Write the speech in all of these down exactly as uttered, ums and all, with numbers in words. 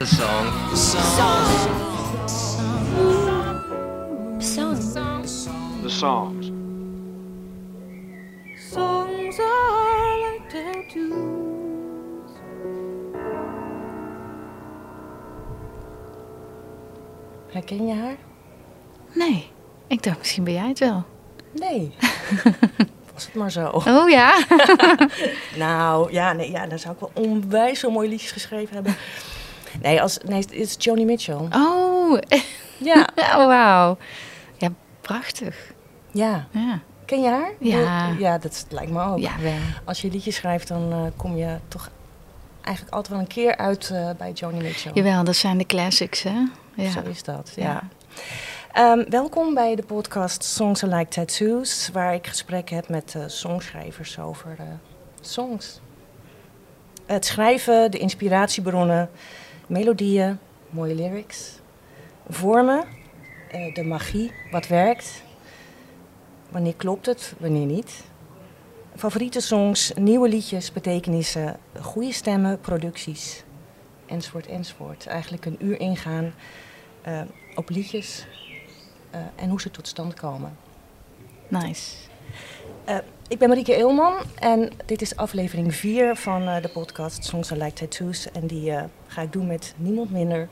The song. The song. The songs. Songs are like tattoos. Herken je haar? Nee, ik dacht misschien ben jij het wel. Nee. Was het maar zo. Oh ja? Nou, ja, nee, ja, dan zou ik wel onwijs zo mooie liedjes geschreven hebben. Nee, als, nee, het is Joni Mitchell. Oh, Ja. oh wauw. Ja, prachtig. Ja. Ja, Ken je haar? Ja. Ja, dat lijkt me ook. ja wel. Als je liedjes schrijft, dan uh, kom je toch eigenlijk altijd wel een keer uit uh, bij Joni Mitchell. Jawel, dat zijn de classics, hè? Ja. Zo is dat, ja. Ja. Um, welkom bij de podcast Songs Are Like Tattoos, waar ik gesprekken heb met uh, songschrijvers over uh, songs. Het schrijven, de inspiratiebronnen, melodieën, mooie lyrics, vormen, uh, de magie, wat werkt, wanneer klopt het, wanneer niet. Favoriete songs, nieuwe liedjes, betekenissen, goede stemmen, producties, enzovoort, enzovoort. Eigenlijk een uur ingaan uh, op liedjes uh, en hoe ze tot stand komen. Nice. Uh, ik ben Marieke Eelman en dit is aflevering vier van uh, de podcast Songs Are Like Tattoos. En die uh, ga ik doen met niemand minder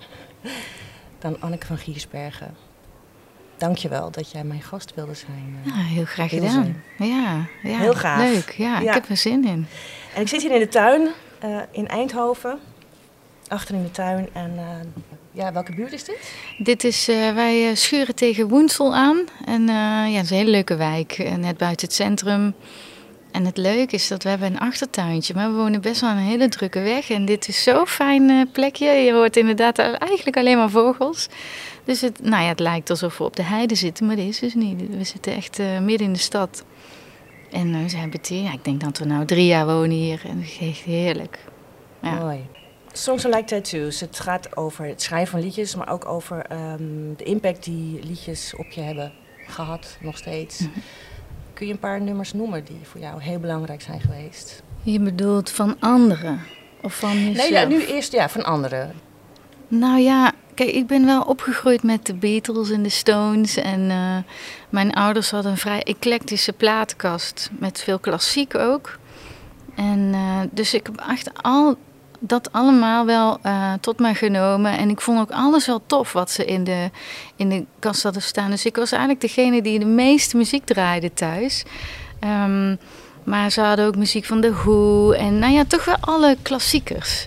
dan Anneke van Giersbergen. Dank je wel dat jij mijn gast wilde zijn. Uh, Ja, heel graag wilde gedaan. Ja, ja, Heel gaaf. Leuk, ja, Ja. ik heb er zin in. En ik zit hier in de tuin uh, in Eindhoven, achter in de tuin. En uh, ja, welke buurt is dit? Dit is, uh, wij uh, schuren tegen Woensel aan. En uh, ja, het is een hele leuke wijk, uh, net buiten het centrum. En het leuke is dat we hebben een achtertuintje, maar we wonen best wel aan een hele drukke weg. En dit is zo'n fijn uh, plekje. Je hoort inderdaad eigenlijk alleen maar vogels. Dus het, nou ja, het lijkt alsof we op de heide zitten, maar dat is dus niet. We zitten echt uh, midden in de stad. En uh, we hebben het hier, ja, ik denk dat we nou drie jaar wonen hier. En dat is echt heerlijk. Ja. Mooi. Songs Are Like Tattoos. Het gaat over het schrijven van liedjes, maar ook over um, de impact die liedjes op je hebben gehad, nog steeds. Mm-hmm. Kun je een paar nummers noemen die voor jou heel belangrijk zijn geweest? Je bedoelt van anderen? Of van jezelf? Nee, ja, nu eerst ja, van anderen. Nou ja, kijk, ik ben wel opgegroeid met de Beatles en de Stones. En uh, mijn ouders hadden een vrij eclectische platenkast met veel klassiek ook. En uh, dus ik heb echt al dat allemaal wel uh, tot mij genomen. En ik vond ook alles wel tof wat ze in de, in de kast hadden staan. Dus ik was eigenlijk degene die de meeste muziek draaide thuis. Um, maar ze hadden ook muziek van The Who. En nou ja, toch wel alle klassiekers.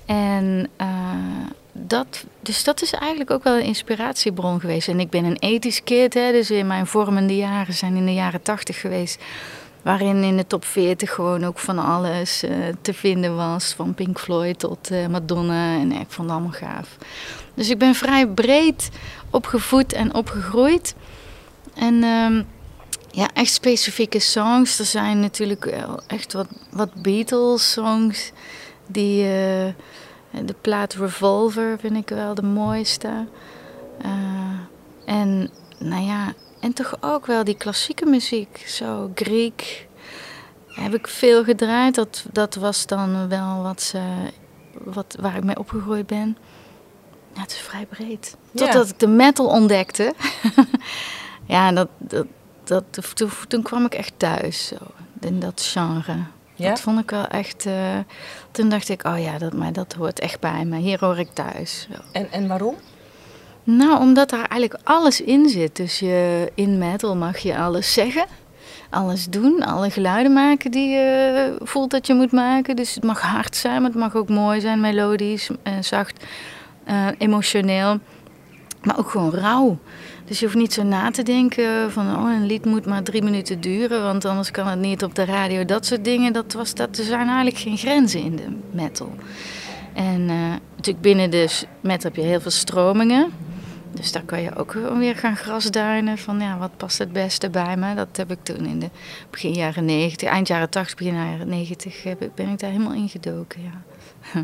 En uh, dat, dus dat is eigenlijk ook wel een inspiratiebron geweest. En ik ben een ethisch kid, hè, dus in mijn vormende jaren zijn in de jaren tachtig geweest. Waarin in de top veertig gewoon ook van alles uh, te vinden was. Van Pink Floyd tot uh, Madonna. En ik vond het allemaal gaaf. Dus ik ben vrij breed opgevoed en opgegroeid. En um, ja, echt specifieke songs. Er zijn natuurlijk wel echt wat, wat Beatles songs. Die, uh, de plaat Revolver vind ik wel de mooiste. Uh, en nou ja... En toch ook wel die klassieke muziek, zo Griek, heb ik veel gedraaid. Dat, dat was dan wel wat ze, wat, waar ik mee opgegroeid ben. Ja, het is vrij breed. Totdat ja. ik de metal ontdekte. ja, dat, dat, dat, toen, toen kwam ik echt thuis, zo, in dat genre. Ja? Dat vond ik wel echt... Uh, toen dacht ik, oh ja, dat, maar dat hoort echt bij me. Hier hoor ik thuis. Zo. En, en waarom? Nou, omdat daar eigenlijk alles in zit. Dus je, in metal mag je alles zeggen, alles doen, alle geluiden maken die je voelt dat je moet maken. Dus het mag hard zijn, maar het mag ook mooi zijn, melodisch, uh, zacht, uh, emotioneel. Maar ook gewoon rauw. Dus je hoeft niet zo na te denken van oh, een lied moet maar drie minuten duren, want anders kan het niet op de radio. Dat soort dingen, dat was, dat, er zijn eigenlijk geen grenzen in de metal. En uh, natuurlijk binnen de metal heb je heel veel stromingen. Dus daar kan je ook weer gaan grasduinen van ja, wat past het beste bij me. Dat heb ik toen in de begin jaren negentig, eind jaren tachtig, begin jaren negentig, ben ik daar helemaal ingedoken, ja.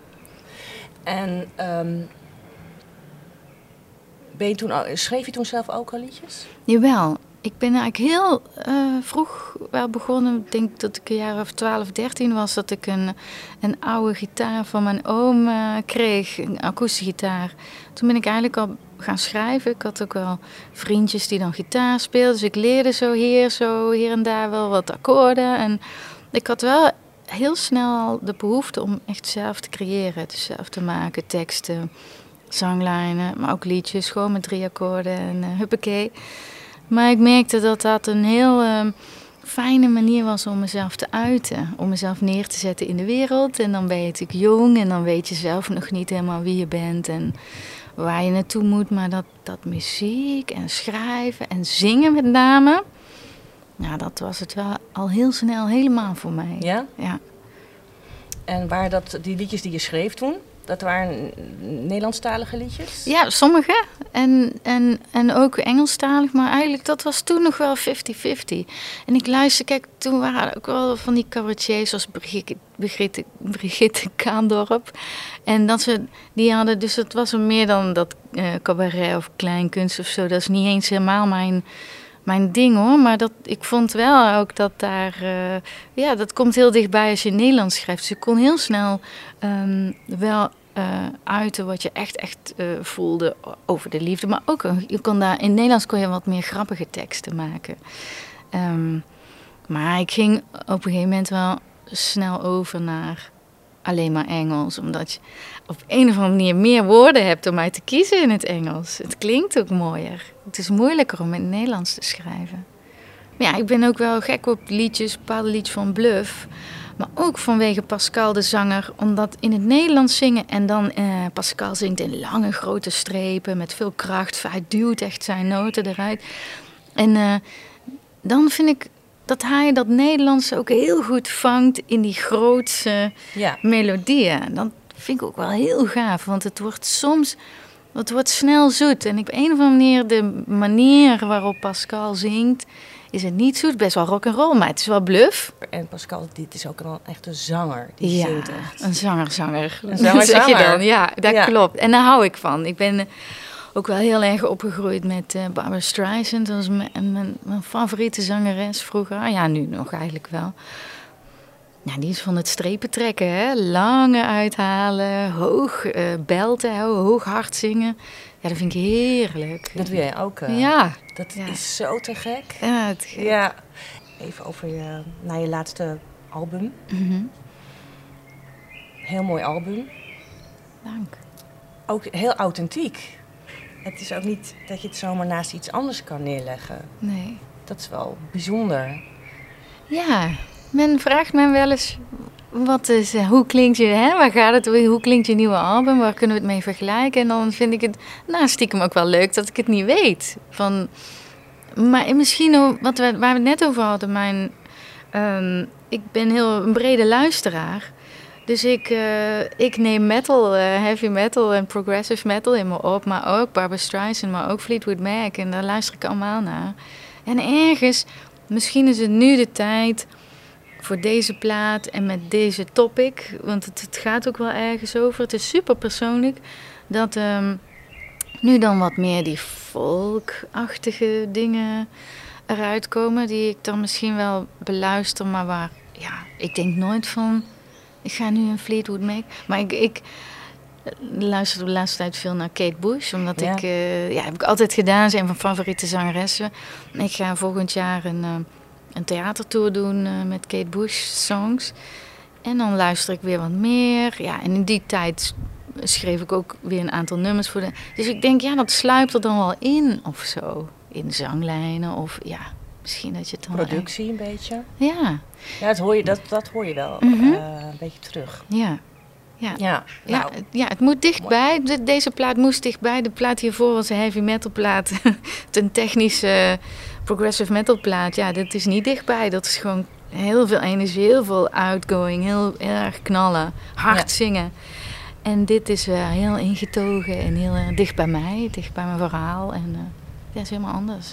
En um, ben je toen, schreef je toen zelf ook al liedjes? Jawel, ik ben eigenlijk heel uh, vroeg wel begonnen. Ik denk dat ik een jaar of twaalf, dertien was. Dat ik een, een oude gitaar van mijn oom uh, kreeg. Een akoestische gitaar. Toen ben ik eigenlijk al gaan schrijven. Ik had ook wel vriendjes die dan gitaar speelden. Dus ik leerde zo hier, zo hier en daar wel wat akkoorden. En ik had wel heel snel de behoefte om echt zelf te creëren. Dus zelf te maken, teksten, zanglijnen. Maar ook liedjes, gewoon met drie akkoorden en uh, huppakee. Maar ik merkte dat dat een heel uh, fijne manier was om mezelf te uiten. Om mezelf neer te zetten in de wereld. En dan ben je natuurlijk jong en dan weet je zelf nog niet helemaal wie je bent en waar je naartoe moet. Maar dat, dat muziek en schrijven en zingen met name, nou, dat was het wel al heel snel helemaal voor mij. Ja? Ja. En waren dat die liedjes die je schreef toen? Dat waren Nederlandstalige liedjes? Ja, sommige. En, en, en ook Engelstalig. Maar eigenlijk, dat was toen nog wel vijftig vijftig. En ik luister, kijk, toen waren er ook wel van die cabaretiers zoals Brigitte, Brigitte, Brigitte Kaandorp. En dat ze, die hadden, dus het was er meer dan dat uh, cabaret of kleinkunst of zo. Dat is niet eens helemaal mijn, mijn ding hoor. Maar dat, ik vond wel ook dat daar, uh, ja, dat komt heel dichtbij als je Nederlands schrijft. Dus ik kon heel snel um, wel Uh, uiten wat je echt, echt uh, voelde over de liefde. Maar ook, je kon daar, in Nederlands kon je wat meer grappige teksten maken. Um, maar ik ging op een gegeven moment wel snel over naar alleen maar Engels. Omdat je op een of andere manier meer woorden hebt om uit te kiezen in het Engels. Het klinkt ook mooier. Het is moeilijker om in het Nederlands te schrijven. Maar ja, ik ben ook wel gek op liedjes, bepaalde liedjes van Bluff. Maar ook vanwege Pascal de zanger, omdat in het Nederlands zingen en dan eh, Pascal zingt in lange grote strepen met veel kracht. Hij duwt echt zijn noten eruit. En uh, dan vind ik dat hij dat Nederlands ook heel goed vangt in die grootse ja. melodieën. Dat vind ik ook wel heel gaaf, want het wordt soms, het wordt snel zoet. En op een of andere manier, de manier waarop Pascal zingt, is het niet zoet, best wel rock'n'roll, maar het is wel Bluff. En Pascal, dit is ook een echte zanger. Die ja, zingt echt. een zanger-zanger. Een zanger, zeg je zanger. dan, ja, dat ja. klopt. En daar hou ik van. Ik ben ook wel heel erg opgegroeid met uh, Barbra Streisand. Dat was mijn, mijn, mijn favoriete zangeres vroeger. Ja, nu nog eigenlijk wel. Ja, die is van het strepen trekken, hè. Lange uithalen, hoog uh, belten, hoog hard zingen. Ja, dat vind ik heerlijk. Dat wil jij ook. Uh, ja. Dat ja. is zo te gek. Ja, te gek. Ja. Even over je, naar je laatste album. Mm-hmm. Heel mooi album. Dank. Ook heel authentiek. Het is ook niet dat je het zomaar naast iets anders kan neerleggen. Nee. Dat is wel bijzonder. Ja, men vraagt me wel eens, wat is, hoe klinkt je, hè? Waar gaat het, hoe klinkt je nieuwe album? Waar kunnen we het mee vergelijken? En dan vind ik het, nou, stiekem ook wel leuk dat ik het niet weet. Van, maar misschien, wat we, waar we het net over hadden, mijn, um, ik ben heel een brede luisteraar. Dus ik, uh, ik neem metal, uh, heavy metal en progressive metal in me op. Maar ook Barbra Streisand, maar ook Fleetwood Mac. En daar luister ik allemaal naar. En ergens, misschien is het nu de tijd voor deze plaat en met deze topic. Want het, het gaat ook wel ergens over. Het is super persoonlijk. Dat um, nu dan wat meer die folkachtige dingen eruit komen. Die ik dan misschien wel beluister. Maar waar, ja, ik denk nooit van, ik ga nu een Fleetwood Mac. Maar ik, ik luister de laatste tijd veel naar Kate Bush. Omdat ja. ik, uh, ja, heb ik altijd gedaan. Ze is een van mijn favoriete zangeressen. Ik ga volgend jaar een, uh, een theatertour doen uh, met Kate Bush songs. En dan luister ik weer wat meer. Ja, en in die tijd schreef ik ook weer een aantal nummers voor de. Dus ik denk, ja, dat sluipt er dan wel in of zo. In zanglijnen of ja, misschien dat je het dan productie een beetje. Ja. Ja, dat hoor je, dat, dat hoor je wel mm-hmm. uh, een beetje terug. Ja. Ja. Ja, nou. ja, ja, het moet dichtbij. De, deze plaat moest dichtbij. De plaat hiervoor was een heavy metal plaat. Een technische progressive metal plaat. Ja, dat is niet dichtbij. Dat is gewoon heel veel energie, heel veel outgoing, heel, heel erg knallen, hard ja. zingen. En dit is uh, heel ingetogen en heel uh, dicht bij mij, dicht bij mijn verhaal. En uh, dat is helemaal anders.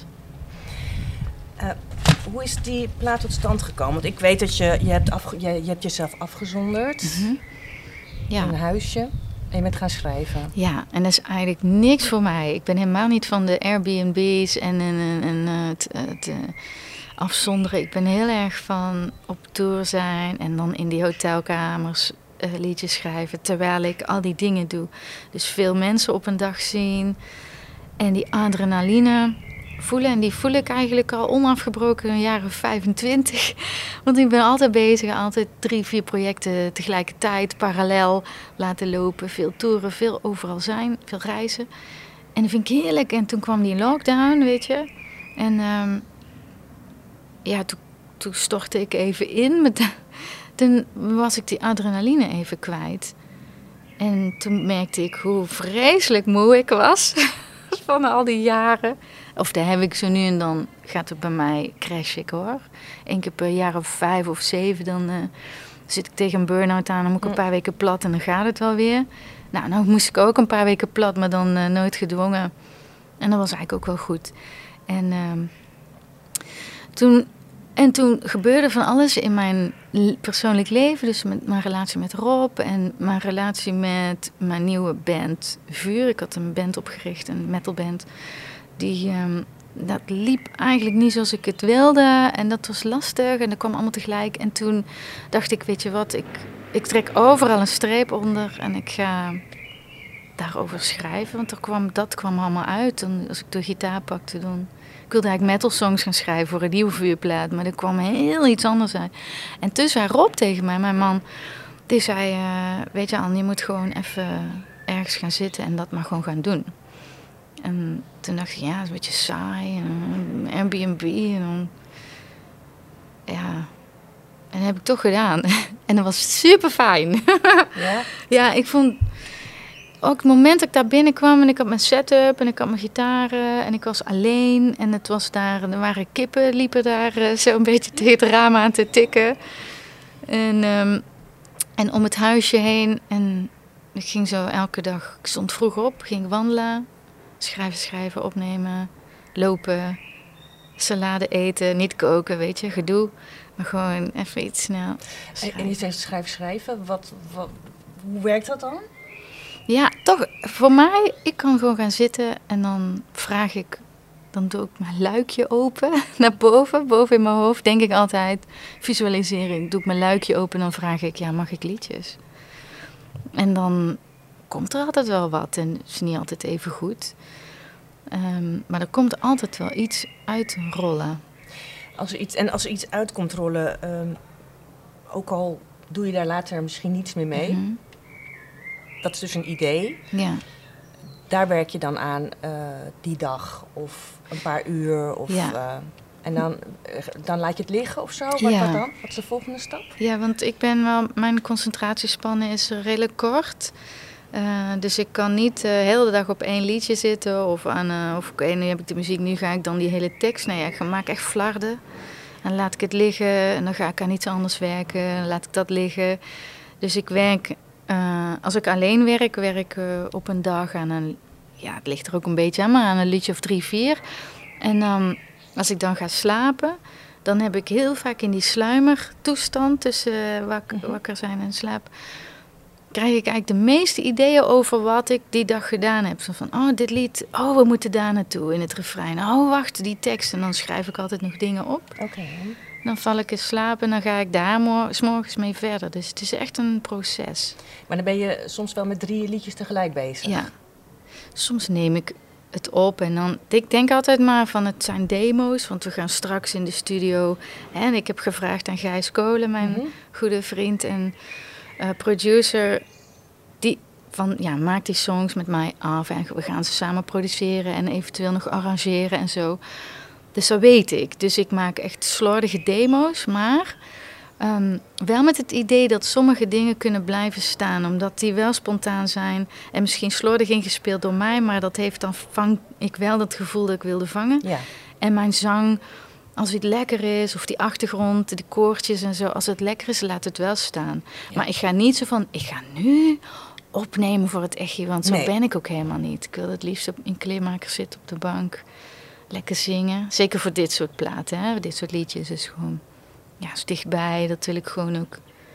Uh, hoe is die plaat tot stand gekomen? Want ik weet dat je, je, hebt, afge- je, je hebt jezelf afgezonderd. Mm-hmm. Ja. In een huisje. En je bent gaan schrijven. Ja, en dat is eigenlijk niks voor mij. Ik ben helemaal niet van de Airbnb's en, en, en, en het, het uh, afzonderen. Ik ben heel erg van op tour zijn en dan in die hotelkamers uh, liedjes schrijven. Terwijl ik al die dingen doe. Dus veel mensen op een dag zien en die adrenaline voelen. En die voel ik eigenlijk al onafgebroken een jaar of vijfentwintig. Want ik ben altijd bezig, altijd drie, vier projecten tegelijkertijd, parallel laten lopen. Veel toeren, veel overal zijn, veel reizen. En dat vind ik heerlijk. En toen kwam die lockdown, weet je. En um, ja, toen, toen stortte ik even in. Met, toen was ik die adrenaline even kwijt. En toen merkte ik hoe vreselijk moe ik was van al die jaren. Of daar heb ik zo nu en dan, gaat het bij mij, crash ik hoor. Eén keer per jaar of vijf of zeven, dan uh, zit ik tegen een burn-out aan, dan moet ik een paar weken plat en dan gaat het wel weer. Nou, nou moest ik ook een paar weken plat, maar dan uh, nooit gedwongen. En dat was eigenlijk ook wel goed. En, uh, toen, en toen gebeurde van alles in mijn persoonlijk leven. Dus met mijn relatie met Rob en mijn relatie met mijn nieuwe band Vuur. Ik had een band opgericht, een metalband. Die, um, dat liep eigenlijk niet zoals ik het wilde. En dat was lastig. En dat kwam allemaal tegelijk. En toen dacht ik, weet je wat, ik, ik trek overal een streep onder. En ik ga daarover schrijven. Want er kwam, dat kwam allemaal uit. En als ik de gitaar pakte, dan... Ik wilde eigenlijk metal songs gaan schrijven voor een nieuwe vuurplaat. Maar er kwam heel iets anders uit. En toen zei Rob tegen mij, mijn man... Die zei, uh, weet je Anne, je moet gewoon even ergens gaan zitten. En dat maar gewoon gaan doen. En toen dacht ik, ja, dat is een beetje saai. En Airbnb. En dan, ja. En dat heb ik toch gedaan. En dat was super fijn. Ja? Ja, ik vond... Ook het moment dat ik daar binnenkwam en ik had mijn setup en ik had mijn gitaren en ik was alleen. En het was daar, er waren kippen, liepen daar uh, zo een beetje tegen het raam aan te tikken. En, um, en om het huisje heen. En ik ging zo elke dag, ik stond vroeg op, ging wandelen. Schrijven, schrijven, opnemen, lopen, salade eten, niet koken, weet je, gedoe. Maar gewoon even iets snel schrijven. En je zegt schrijven, schrijven. Wat, wat, hoe werkt dat dan? Ja, toch, voor mij, ik kan gewoon gaan zitten en dan vraag ik, dan doe ik mijn luikje open naar boven, boven in mijn hoofd, denk ik altijd, visualisering, doe ik mijn luikje open en dan vraag ik, ja, mag ik liedjes? En dan komt er altijd wel wat en het is niet altijd even goed. Um, maar er komt altijd wel iets uitrollen. Als er iets, en als er iets uitkomt rollen, um, ook al doe je daar later misschien niets meer mee... Mm-hmm. Dat is dus een idee. Ja. Daar werk je dan aan uh, die dag of een paar uur. Of, ja. uh, en dan, uh, dan laat je het liggen of zo? Wat, ja. wat dan? Wat is de volgende stap? Ja, want ik ben wel, mijn concentratiespannen is redelijk kort. Uh, dus ik kan niet de uh, hele dag op één liedje zitten. Of aan, uh, of oké, okay, nu heb ik de muziek, nu ga ik dan die hele tekst. Nee, ik maak echt flarden. En dan laat ik het liggen en dan ga ik aan iets anders werken. En dan laat ik dat liggen. Dus ik werk... Uh, als ik alleen werk, werk ik uh, op een dag aan een... Ja, het ligt er ook een beetje aan, maar aan een liedje of drie, vier. En um, als ik dan ga slapen, dan heb ik heel vaak in die sluimertoestand... tussen uh, wak- mm-hmm. wakker zijn en slaap... krijg ik eigenlijk de meeste ideeën over wat ik die dag gedaan heb. Zo van, oh, dit lied, oh, we moeten daar naartoe in het refrein. Oh, wacht, die tekst. En dan schrijf ik altijd nog dingen op. Oké. Okay. Dan val ik in slaap en dan ga ik daar mor- 's morgens mee verder. Dus het is echt een proces. Maar dan ben je soms wel met drie liedjes tegelijk bezig? Ja. Soms neem ik het op en dan... Ik denk altijd maar van het zijn demo's, want we gaan straks in de studio... En ik heb gevraagd aan Gijs Kolen, mijn mm-hmm. goede vriend en uh, producer... Die van, ja, maak die songs met mij af en we gaan ze samen produceren... en eventueel nog arrangeren en zo... Dus dat weet ik. Dus ik maak echt slordige demo's, maar um, wel met het idee dat sommige dingen kunnen blijven staan. Omdat die wel spontaan zijn en misschien slordig ingespeeld door mij. Maar dat heeft dan vang ik wel dat gevoel dat ik wilde vangen. Ja. En mijn zang, als het lekker is, of die achtergrond, die koortjes en zo. Als het lekker is, laat het wel staan. Ja. Maar ik ga niet zo van, ik ga nu opnemen voor het echtje. Want zo nee. ben ik ook helemaal niet. Ik wil het liefst op, in kleermakers zitten op de bank. Lekker zingen. Zeker voor dit soort platen, hè? Dit soort liedjes is gewoon ja, is dichtbij. Dat wil ik gewoon ook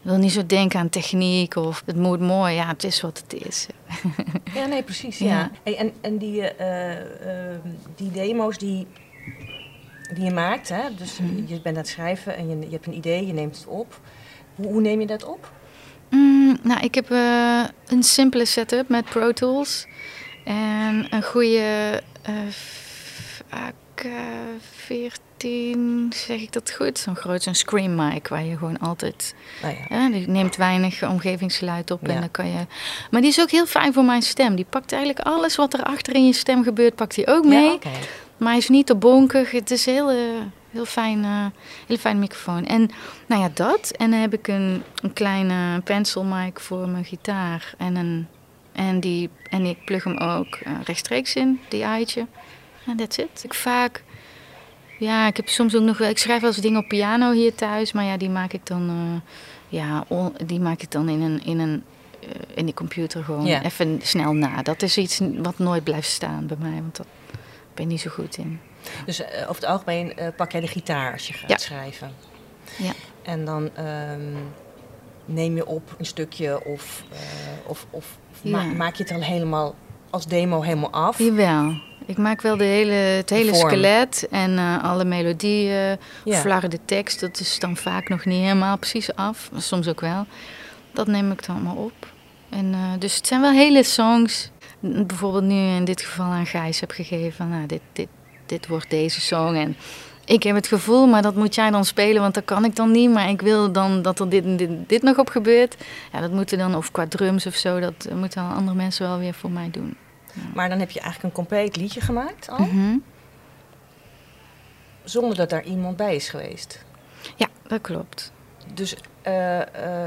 Ik wil niet zo denken aan techniek of het moet mooi. Ja, het is wat het is. Ja, nee, precies. Ja. Ja. Hey, en en die, uh, uh, die demo's die, die je maakt, hè? Dus Mhm. je bent aan het schrijven en je, je hebt een idee, je neemt het op. Hoe, hoe neem je dat op? Mm, nou, ik heb uh, een simpele setup met Pro Tools. En een goede uh, A K veertien, zeg ik dat goed? Zo'n groot, zo'n scream mic waar je gewoon altijd... Nou ja. Ja, die neemt weinig omgevingsgeluid op Ja. en dan kan je... Maar die is ook heel fijn voor mijn stem. Die pakt eigenlijk alles wat er achter in je stem gebeurt, pakt hij ook mee. Ja, okay. Maar hij is niet te bonkig. Het is heel, uh, heel fijn, uh, heel fijn microfoon. En nou ja, dat. En dan heb ik een, een kleine pencil mic voor mijn gitaar. En, een, en, die, en ik plug hem ook uh, rechtstreeks in, die eitje. En that's it. Ik vaak... Ja, ik heb soms ook nog wel... Ik schrijf wel eens dingen op piano hier thuis. Maar ja, die maak ik dan... Uh, ja, on, die maak ik dan in een... In een uh, in die computer gewoon ja. even snel na. Dat is iets wat nooit blijft staan bij mij. Want dat ben ik niet zo goed in. Dus uh, over het algemeen uh, pak jij de gitaar als je gaat ja. schrijven. Ja. En dan um, neem je op een stukje of, uh, of, of ja. ma- maak je het dan helemaal als demo helemaal af? Jawel. Ik maak wel de hele, het hele Vorm. skelet en uh, alle melodieën, Ja. flarre de tekst. Dat is dan vaak nog niet helemaal precies af, maar soms ook wel. Dat neem ik dan allemaal op. En, uh, dus het zijn wel hele songs. Bijvoorbeeld nu in dit geval aan Gijs heb gegeven van nou, dit, dit, dit wordt deze song. En ik heb het gevoel, maar dat moet jij dan spelen, want dat kan ik dan niet. Maar ik wil dan dat er dit en dit, dit nog op gebeurt. Ja, dat moeten dan, of qua drums of zo, dat moeten dan andere mensen wel weer voor mij doen. Ja. Maar dan heb je eigenlijk een compleet liedje gemaakt al, Mm-hmm. zonder dat daar iemand bij is geweest. Ja, dat klopt. Dus uh, uh,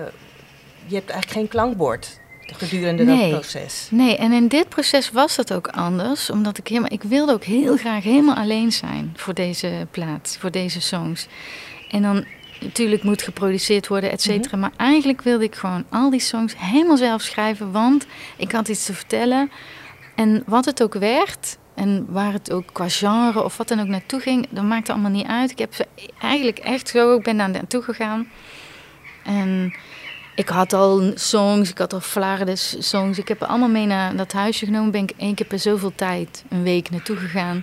je hebt eigenlijk geen klankbord gedurende Nee. dat proces. Nee, en in dit proces was dat ook anders. Omdat ik helemaal... Ik wilde ook heel graag helemaal alleen zijn voor deze plaat, voor deze songs. En dan natuurlijk moet geproduceerd worden, et cetera. Mm-hmm. Maar eigenlijk wilde ik gewoon al die songs helemaal zelf schrijven. Want ik had iets te vertellen. En wat het ook werd... En waar het ook qua genre of wat dan ook naartoe ging, dat maakte allemaal niet uit. Ik heb ze eigenlijk echt zo, ik ben daar naartoe gegaan. En ik had al songs, ik had al flardes songs. Ik heb er allemaal mee naar dat huisje genomen. Ben ik één keer per zoveel tijd een week naartoe gegaan.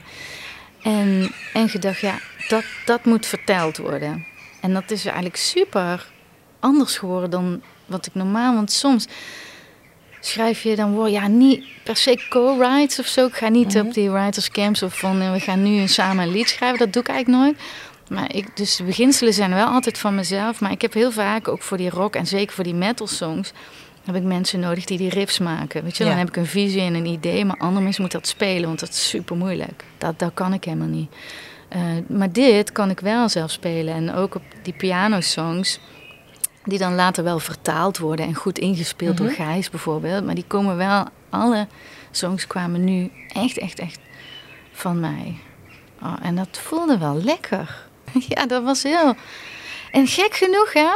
En, en gedacht, ja, dat, dat moet verteld worden. En dat is eigenlijk super anders geworden dan wat ik normaal... Want soms... schrijf je dan word ja niet per se co-writes of zo. Ik ga niet mm-hmm. op die writers camps of van uh, we gaan nu samen een lied schrijven. Dat doe ik eigenlijk nooit. Maar ik, dus de beginselen zijn wel altijd van mezelf. Maar ik heb heel vaak ook voor die rock en zeker voor die metal songs heb ik mensen nodig die die riffs maken. Weet je, ja. Dan heb ik een visie en een idee, maar andere mensen moeten dat spelen, want dat is super moeilijk. Dat, dat kan ik helemaal niet. Uh, maar dit kan ik wel zelf spelen en ook op die piano songs. Die dan later wel vertaald worden en goed ingespeeld mm-hmm. door Gijs bijvoorbeeld. Maar die komen wel, alle songs kwamen nu echt, echt, echt van mij. Oh, en dat voelde wel lekker. Ja, dat was heel... En gek genoeg, hè,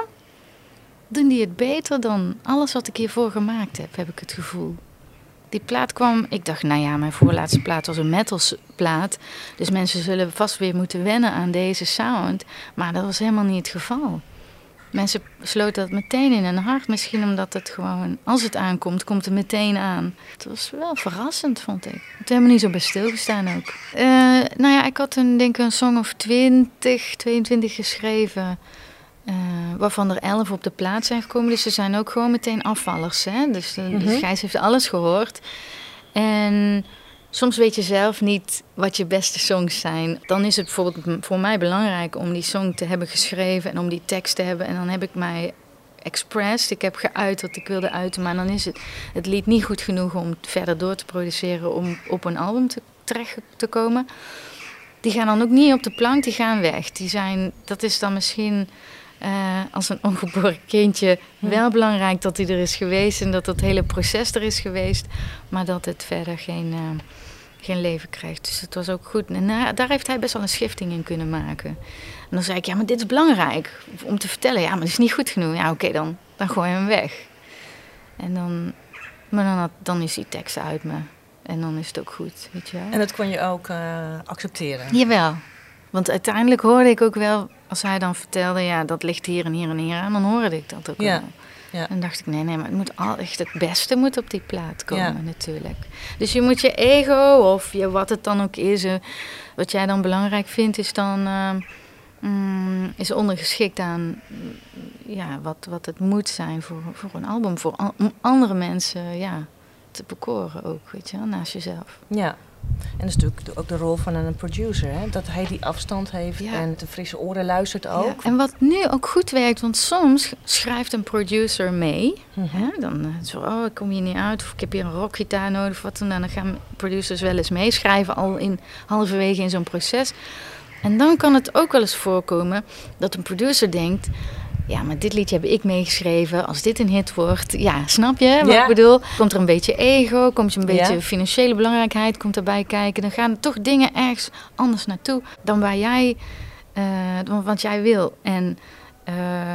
doen die het beter dan alles wat ik hiervoor gemaakt heb, heb ik het gevoel. Die plaat kwam, ik dacht, nou ja, mijn voorlaatste plaat was een metalsplaat. Dus mensen zullen vast weer moeten wennen aan deze sound. Maar dat was helemaal niet het geval. Mensen sloten dat meteen in hun hart. Misschien omdat het gewoon, als het aankomt, komt het meteen aan. Het was wel verrassend, vond ik. Ik heb helemaal niet zo bij stilgestaan ook. Uh, nou ja, ik had een, denk ik een song of twintig, tweeëntwintig geschreven. Uh, waarvan er elf op de plaat zijn gekomen. Dus ze zijn ook gewoon meteen afvallers. Hè? Dus, de, mm-hmm. dus Gijs heeft alles gehoord. En... soms weet je zelf niet wat je beste songs zijn. Dan is het bijvoorbeeld voor mij belangrijk om die song te hebben geschreven en om die tekst te hebben. En dan heb ik mij expressed. Ik heb geuit wat ik wilde uiten, maar dan is het, het lied niet goed genoeg om verder door te produceren om op een album te, terecht te komen. Die gaan dan ook niet op de plank, die gaan weg. Die zijn, dat is dan misschien uh, als een ongeboren kindje wel belangrijk dat hij er is geweest en dat het hele proces er is geweest, maar dat het verder geen, uh, geen leven krijgt. Dus het was ook goed. En uh, daar heeft hij best wel een schifting in kunnen maken. En dan zei ik, ja, maar dit is belangrijk om te vertellen. Ja, maar het is niet goed genoeg. Ja, oké, okay, dan, dan gooi je hem weg. En dan, maar dan, had, dan is die tekst uit me. En dan is het ook goed, weet je wel. En dat kon je ook uh, accepteren? Jawel. Want uiteindelijk hoorde ik ook wel als hij dan vertelde, ja, dat ligt hier en hier en hier aan, dan hoorde ik dat ook Ja. wel. Ja. En dacht ik, nee, nee, maar het moet al echt het beste moet op die plaat komen, Ja. natuurlijk. Dus je moet je ego, of je, wat het dan ook is, uh, wat jij dan belangrijk vindt, is dan uh, mm, is ondergeschikt aan uh, ja, wat, wat het moet zijn voor, voor een album, voor an- om andere mensen ja, te bekoren ook, weet je wel, naast jezelf. Ja. En dat is natuurlijk ook de rol van een producer, hè? Dat hij die afstand heeft Ja. en de frisse oren luistert ook. Ja, en wat nu ook goed werkt, want soms schrijft een producer mee. Mhm. Hè? Dan uh, zo, oh, ik kom hier niet uit, of ik heb hier een rockgitaar nodig, of wat dan. Dan gaan producers wel eens meeschrijven, al in halverwege in zo'n proces. En dan kan het ook wel eens voorkomen dat een producer denkt, ja, maar dit liedje heb ik meegeschreven. Als dit een hit wordt, ja, snap je wat Ja. ik bedoel? Komt er een beetje ego, komt er een beetje Ja. financiële belangrijkheid, komt erbij kijken. Dan gaan er toch dingen ergens anders naartoe dan waar jij, uh, wat jij wil. En uh,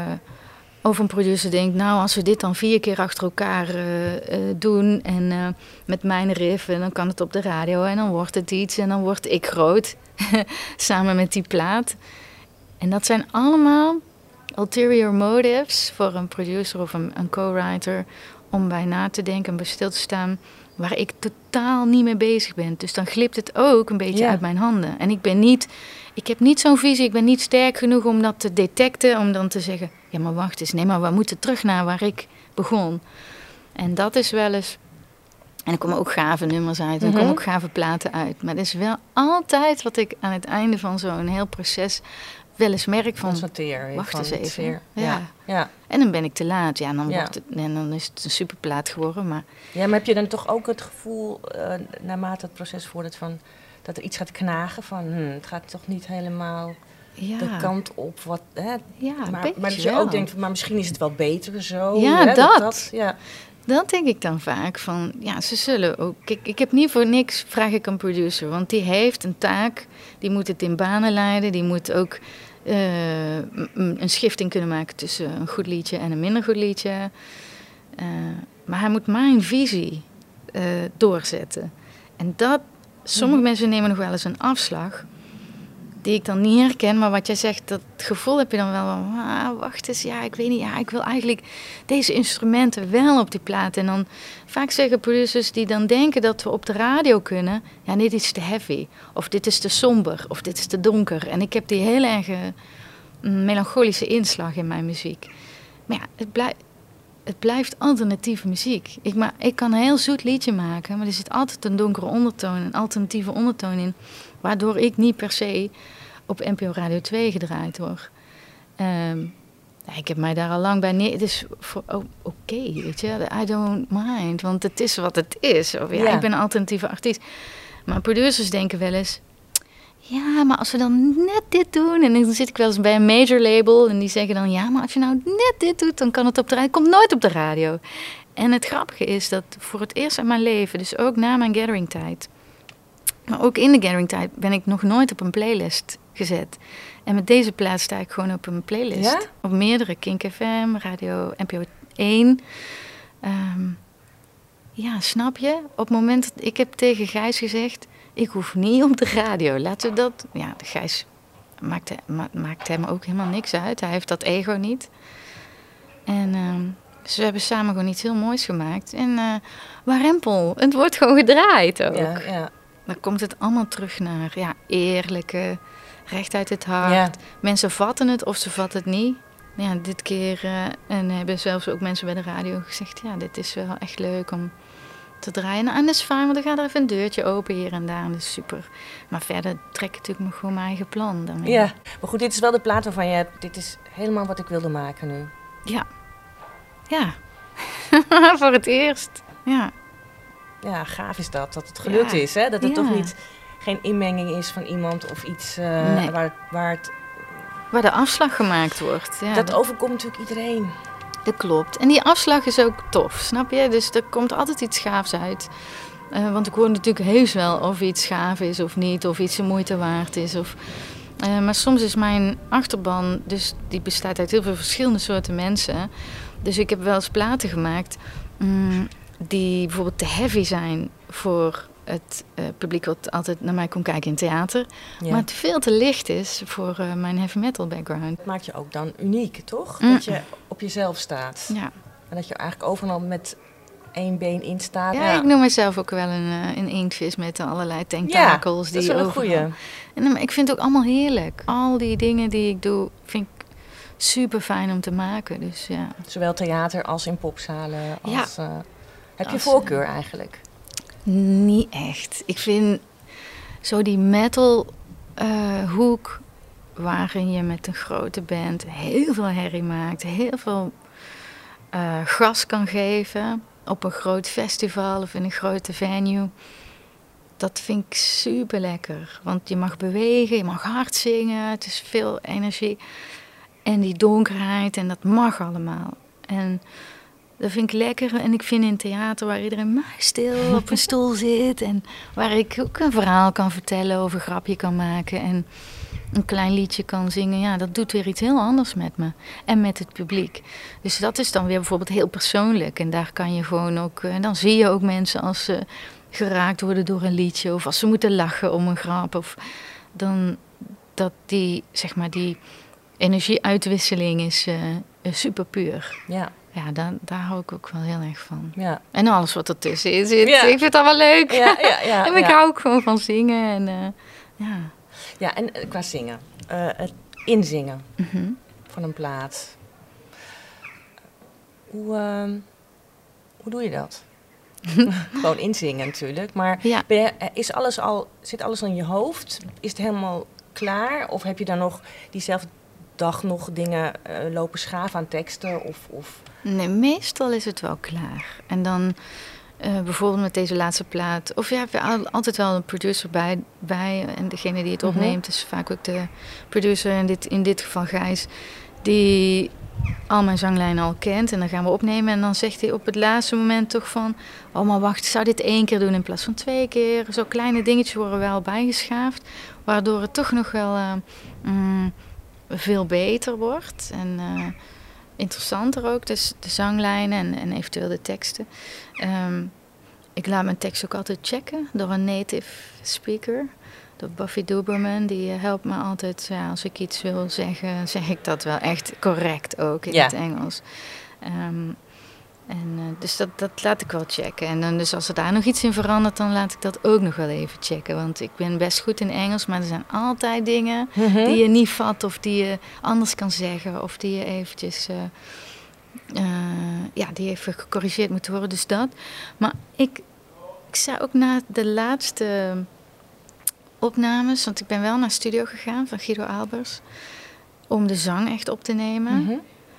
over een producer denkt, nou, als we dit dan vier keer achter elkaar uh, uh, doen en uh, met mijn riff, en dan kan het op de radio en dan wordt het iets en dan word ik groot samen met die plaat. En dat zijn allemaal ulterior motives voor een producer of een, een co-writer om bij na te denken en bij stil te staan waar ik totaal niet mee bezig ben. Dus dan glipt het ook een beetje Ja. uit mijn handen. En ik ben niet, ik heb niet zo'n visie, ik ben niet sterk genoeg om dat te detecten, om dan te zeggen, ja maar wacht eens, nee maar we moeten terug naar waar ik begon. En dat is wel eens, en er komen ook gave nummers uit, er Mhm. komen ook gave platen uit. Maar het is wel altijd wat ik aan het einde van zo'n heel proces wel eens merk van, Constateer. wacht van eens het even. zeer. Ja. Ja. Ja. en dan ben ik te laat. Ja, dan, Ja. wordt het, en dan is het een superplaat geworden. Maar Ja, maar heb je dan toch ook het gevoel, uh, naarmate het proces vordert, van dat er iets gaat knagen van, hm, het gaat toch niet helemaal ja, de kant op wat, hè? ja een maar, beetje maar dat je wel. ook denkt, van, maar misschien is het wel beter zo. Ja, hè, dat. ja. Dat denk ik dan vaak van, ja, ze zullen ook... Kijk, ik heb niet voor niks, vraag ik een producer. Want die heeft een taak, die moet het in banen leiden. Die moet ook uh, m- een schifting kunnen maken tussen een goed liedje en een minder goed liedje. Uh, maar hij moet mijn visie uh, doorzetten. En dat, sommige Mhm. mensen nemen nog wel eens een afslag, die ik dan niet herken, maar wat jij zegt, dat gevoel heb je dan wel van, ah, wacht eens, ja, ik weet niet, ja, ik wil eigenlijk deze instrumenten wel op die plaat. En dan vaak zeggen producers die dan denken dat we op de radio kunnen, ja, dit is te heavy, of dit is te somber, of dit is te donker. En ik heb die heel erg mm, melancholische inslag in mijn muziek. Maar ja, het, blij, het blijft alternatieve muziek. Ik, ma- ik kan een heel zoet liedje maken, maar er zit altijd een donkere ondertoon, een alternatieve ondertoon in, waardoor ik niet per se op N P O Radio twee gedraaid word. Um, ja, ik heb mij daar al lang bij neer... Het is voor, oh, oké, okay, weet je. I don't mind, want het is wat het is. Of, ja, Ja. Ik ben een alternatieve artiest. Maar producers denken wel eens, ja, maar als we dan net dit doen... En dan zit ik wel eens bij een major label en die zeggen dan, ja, maar als je nou net dit doet, dan kan het op de radio. Het komt nooit op de radio. En het grappige is dat voor het eerst in mijn leven, dus ook na mijn gathering tijd, maar ook in de gathering tijd, ben ik nog nooit op een playlist gezet. En met deze plaat sta ik gewoon op een playlist. Ja? Op meerdere, Kink F M, Radio N P O één. Um, ja, snap je? Op het moment dat ik heb tegen Gijs gezegd, ik hoef niet op de radio. Laten we dat... Ja, Gijs maakt, ma- maakt hem ook helemaal niks uit. Hij heeft dat ego niet. En um, dus we hebben samen gewoon iets heel moois gemaakt. En uh, warempel, het wordt gewoon gedraaid ook. Ja, ja. Dan komt het allemaal terug naar ja, eerlijke, recht uit het hart. Ja. Mensen vatten het of ze vatten het niet. Ja, dit keer, uh, en hebben zelfs ook mensen bij de radio gezegd, ja, dit is wel echt leuk om te draaien. Nou, en dat is fijn, want dan gaat er even een deurtje open hier en daar en dat is super. Maar verder trek ik natuurlijk nog gewoon mijn eigen plan daarmee. Ja, maar goed, dit is wel de plaat waarvan je hebt, dit is helemaal wat ik wilde maken nu. Ja. Ja. Voor het eerst. Ja. Ja, gaaf is dat, dat het gelukt Ja. is, hè? Dat het Ja. toch niet geen inmenging is van iemand of iets uh, Nee. waar, waar het... Waar de afslag gemaakt wordt. Ja, dat overkomt natuurlijk iedereen. Dat klopt. En die afslag is ook tof, snap je? Dus er komt altijd iets gaafs uit. Uh, want ik hoor natuurlijk heus wel of iets gaaf is of niet. Of iets de moeite waard is. Of, uh, maar soms is mijn achterban, dus die bestaat uit heel veel verschillende soorten mensen. Dus ik heb wel eens platen gemaakt um, die bijvoorbeeld te heavy zijn voor het uh, publiek wat altijd naar mij komt kijken in theater. Ja. Maar het veel te licht is voor uh, mijn heavy metal background. Dat maakt je ook dan uniek, toch? Mm. Dat je op jezelf staat. Ja. En dat je eigenlijk overal met één been in staat. Ja, Ja, ik noem mezelf ook wel een, uh, een inktvis met allerlei tentakels. Ja, dat is die wel een overal... goeie. En uh, ik vind het ook allemaal heerlijk. Al die dingen die ik doe, vind ik super fijn om te maken. Dus, ja. Zowel theater als in popzalen. Als, Ja. uh, heb je Als, voorkeur eigenlijk? Niet echt. Ik vind zo die metal uh, hoek, waarin je met een grote band heel veel herrie maakt, heel veel uh, gas kan geven op een groot festival of in een grote venue. Dat vind ik super lekker. Want je mag bewegen, je mag hard zingen, het is veel energie. En die donkerheid en dat mag allemaal. En dat vind ik lekker. En ik vind in theater waar iedereen muisstil op een stoel zit. En waar ik ook een verhaal kan vertellen of een grapje kan maken. En een klein liedje kan zingen. Ja, dat doet weer iets heel anders met me. En met het publiek. Dus dat is dan weer bijvoorbeeld heel persoonlijk. En daar kan je gewoon ook... En dan zie je ook mensen als ze geraakt worden door een liedje. Of als ze moeten lachen om een grap. Of dan dat die, zeg maar, die energieuitwisseling is uh, super puur. Ja. Ja, daar, daar hou ik ook wel heel erg van. Ja. En alles wat ertussenin zit. Ja. Ik vind dat wel leuk. Ja, ja, ja, en ik ja. hou ook gewoon van zingen. En, uh, ja. Ja, en uh, qua zingen. Uh, het inzingen Mm-hmm. van een plaat. Hoe, uh, hoe doe je dat? Gewoon inzingen natuurlijk. Maar Ja. ben je, is alles al, zit alles al in je hoofd? Is het helemaal klaar? Of heb je dan nog diezelfde dag nog dingen uh, lopen schaven aan teksten? Of, of... Nee, meestal is het wel klaar. En dan uh, bijvoorbeeld met deze laatste plaat. Of ja, we hebben altijd wel een producer bij. bij en degene die het opneemt mm-hmm. is vaak ook de producer. In dit, in dit geval Gijs. Die al mijn zanglijnen al kent. En dan gaan we opnemen. En dan zegt hij op het laatste moment toch van... Oh, maar wacht, ik zou dit één keer doen in plaats van twee keer. Zo kleine dingetjes worden wel bijgeschaafd. Waardoor het toch nog wel uh, mm, veel beter wordt. En uh, interessanter ook. Dus de zanglijnen en, en eventueel de teksten. Um, ik laat mijn tekst ook altijd checken door een native speaker. Door Buffy Duberman, die helpt me altijd, ja, als ik iets wil zeggen, zeg ik dat wel echt correct ook in ja. het Engels. Um, en, uh, dus dat, dat laat ik wel checken. En dan dus als er daar nog iets in verandert, dan laat ik dat ook nog wel even checken. Want ik ben best goed in Engels, maar er zijn altijd dingen mm-hmm. die je niet vat of die je anders kan zeggen. Of die je eventjes, uh, uh, ja, die even gecorrigeerd moeten worden. Dus dat. Maar ik, ik zei ook na de laatste opnames, want ik ben wel naar de studio gegaan van Guido Albers om de zang echt op te nemen. Mm-hmm.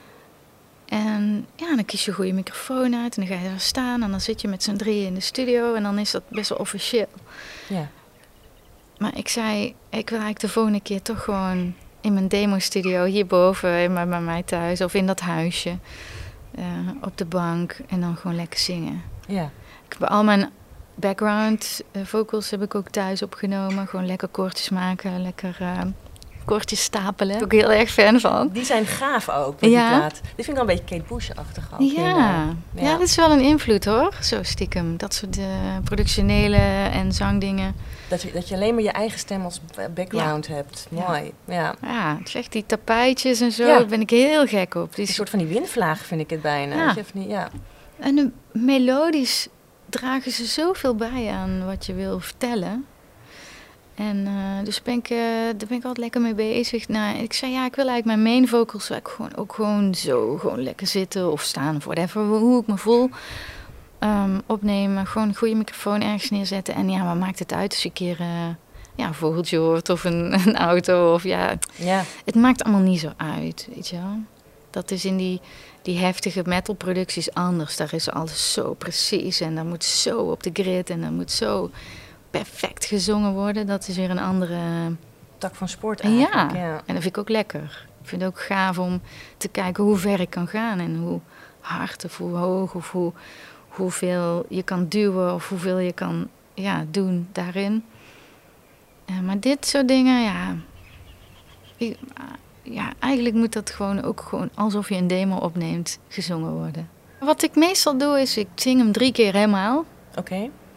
En ja, dan kies je een goede microfoon uit en dan ga je daar staan en dan zit je met z'n drieën in de studio en dan is dat best wel officieel. Ja. Maar ik zei, ik wil eigenlijk de volgende keer toch gewoon in mijn demo-studio hierboven bij mij thuis of in dat huisje uh, op de bank en dan gewoon lekker zingen. Ja. Ik heb al mijn background uh, vocals heb ik ook thuis opgenomen. Gewoon lekker koortjes maken, lekker uh, koortjes stapelen. Daar ben ik ook heel erg fan van. Die zijn gaaf ook, met ja. die plaat. Die vind ik wel een beetje Kate Bush-achtig ook. Ja. ja. ja, dat is wel een invloed hoor, zo stiekem. Dat soort uh, productionele en zangdingen. Dat je, dat je alleen maar je eigen stem als background ja. hebt. Mooi, ja. Ja, ja het is echt die tapijtjes en zo, ja. daar ben ik heel gek op. Die een soort van die windvlaag vind ik het bijna. Ja. Of niet, ja. En de melodisch dragen ze zoveel bij aan wat je wil vertellen. En uh, dus ben ik, uh, daar ben ik altijd lekker mee bezig. Nou, ik zei ja, ik wil eigenlijk mijn main vocals ik gewoon, ook gewoon zo gewoon lekker zitten of staan of whatever, hoe ik me voel. Um, opnemen, gewoon een goede microfoon ergens neerzetten. En ja, wat maakt het uit als je een keer uh, ja, een vogeltje hoort of een, een auto of ja, ja. Het maakt allemaal niet zo uit, weet je wel. Dat is in die, die heftige metalproducties anders. Daar is alles zo precies en dat moet zo op de grid en dat moet zo perfect gezongen worden. Dat is weer een andere tak van sport eigenlijk. Ja, ja. En dat vind ik ook lekker. Ik vind het ook gaaf om te kijken hoe ver ik kan gaan en hoe hard of hoe hoog of hoe, hoeveel je kan duwen of hoeveel je kan ja, doen daarin. Uh, maar dit soort dingen, ja... Ik, Ja, eigenlijk moet dat gewoon ook gewoon alsof je een demo opneemt gezongen worden. Wat ik meestal doe is, ik zing hem drie keer helemaal. Oké. Okay.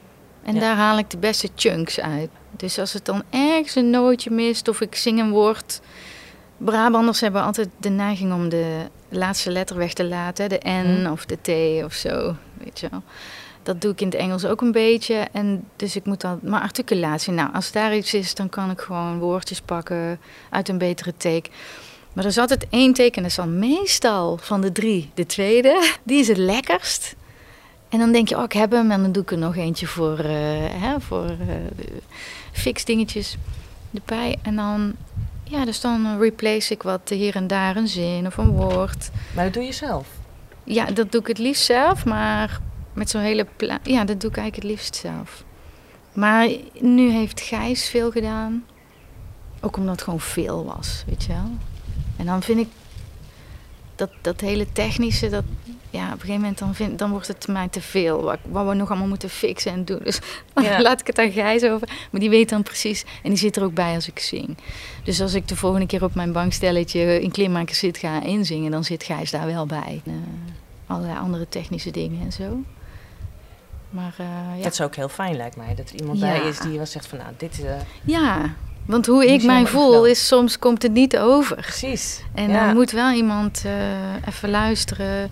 En Ja. daar haal ik de beste chunks uit. Dus als het dan ergens een nootje mist of ik zing een woord... Brabanders hebben altijd de neiging om de laatste letter weg te laten. De N Hm. of de T of zo, weet je wel. Dat doe ik in het Engels ook een beetje. En dus ik moet dan... Maar articulatie, nou, als daar iets is... dan kan ik gewoon woordjes pakken uit een betere take. Maar er is altijd één take en dat is dan meestal van de drie de tweede. Die is het lekkerst. En dan denk je, oh, ik heb hem. En dan doe ik er nog eentje voor, uh, hè, voor uh, fix dingetjes erbij. En dan... Ja, dus dan replace ik wat hier en daar een zin of een woord. Maar dat doe je zelf? Ja, dat doe ik het liefst zelf, maar met zo'n hele pla- ja, dat doe ik eigenlijk het liefst zelf. Maar nu heeft Gijs veel gedaan. Ook omdat het gewoon veel was, weet je wel. En dan vind ik dat, dat hele technische, dat, ja, op een gegeven moment dan, vind, dan wordt het mij te veel. Wat, wat we nog allemaal moeten fixen en doen. Dus dan Ja. laat ik het aan Gijs over. Maar die weet dan precies. En die zit er ook bij als ik zing. Dus als ik de volgende keer op mijn bankstelletje in Kleermakers zit ga inzingen, dan zit Gijs daar wel bij. Uh, allerlei andere technische dingen en zo. Maar uh, ja. Dat is ook heel fijn, lijkt mij. Dat er iemand Ja. bij is die wel zegt van, nou, dit... Uh, Ja, want hoe Die ik zijn mij maar voel wel. is soms komt het niet over. precies. En ja. dan moet wel iemand uh, even luisteren.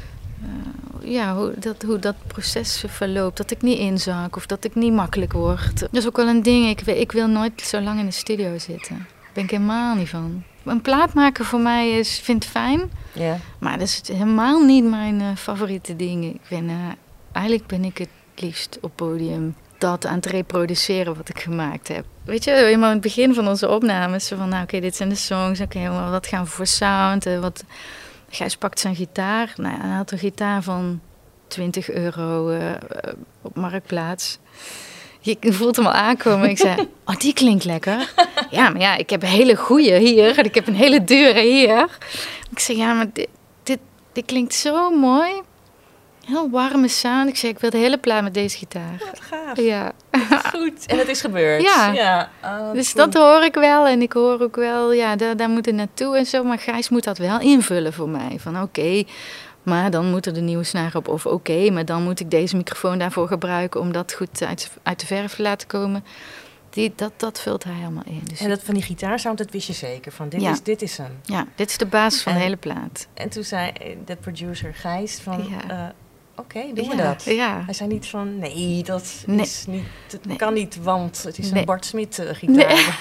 Uh, ja, hoe dat, hoe dat proces verloopt. Dat ik niet inzak of dat ik niet makkelijk word. Dat is ook wel een ding. Ik, ik wil nooit zo lang in de studio zitten. Daar ben ik helemaal niet van. Een plaat maken voor mij is, vind ik fijn. Ja. Maar dat is helemaal niet mijn uh, favoriete ding. Ik ben, uh, eigenlijk ben ik het liefst op podium dat aan het reproduceren wat ik gemaakt heb. Weet je, helemaal in het begin van onze opnames. Zo van, nou oké, okay, dit zijn de songs. Oké, okay, wat gaan we voor sound? Uh, wat... Gijs pakt zijn gitaar. Nou, hij had een gitaar van twintig euro uh, op Marktplaats. Je voelt hem al aankomen. Ik zei, oh, die klinkt lekker. Ja, maar ja, ik heb een hele goeie hier. En ik heb een hele dure hier. Ik zei, ja, maar dit, dit, dit klinkt zo mooi. Heel warme sound. Ik zei, ik wil de hele plaat met deze gitaar. Wat gaaf. Ja. Goed. En het is gebeurd. Ja. ja. Oh, Dus cool. dat hoor ik wel. En ik hoor ook wel, ja, daar, daar moet het naartoe en zo. Maar Gijs moet dat wel invullen voor mij. Van oké, okay, maar dan moet er de nieuwe snaar op. Of oké, okay, maar dan moet ik deze microfoon daarvoor gebruiken om dat goed uit, uit de verf te laten komen. Die, dat, dat vult hij helemaal in. Dus en dat van die gitaarsound, dat wist je zeker. Van dit, ja. is, dit is hem. Ja, dit is de basis van en, de hele plaat. En toen zei de producer Gijs van... Ja. Uh, Oké, okay, doen we ja, dat. Ja. Hij zei niet van, nee, dat nee. is niet, het nee. kan niet, want het is nee. een Bart Smit uh, gitaar.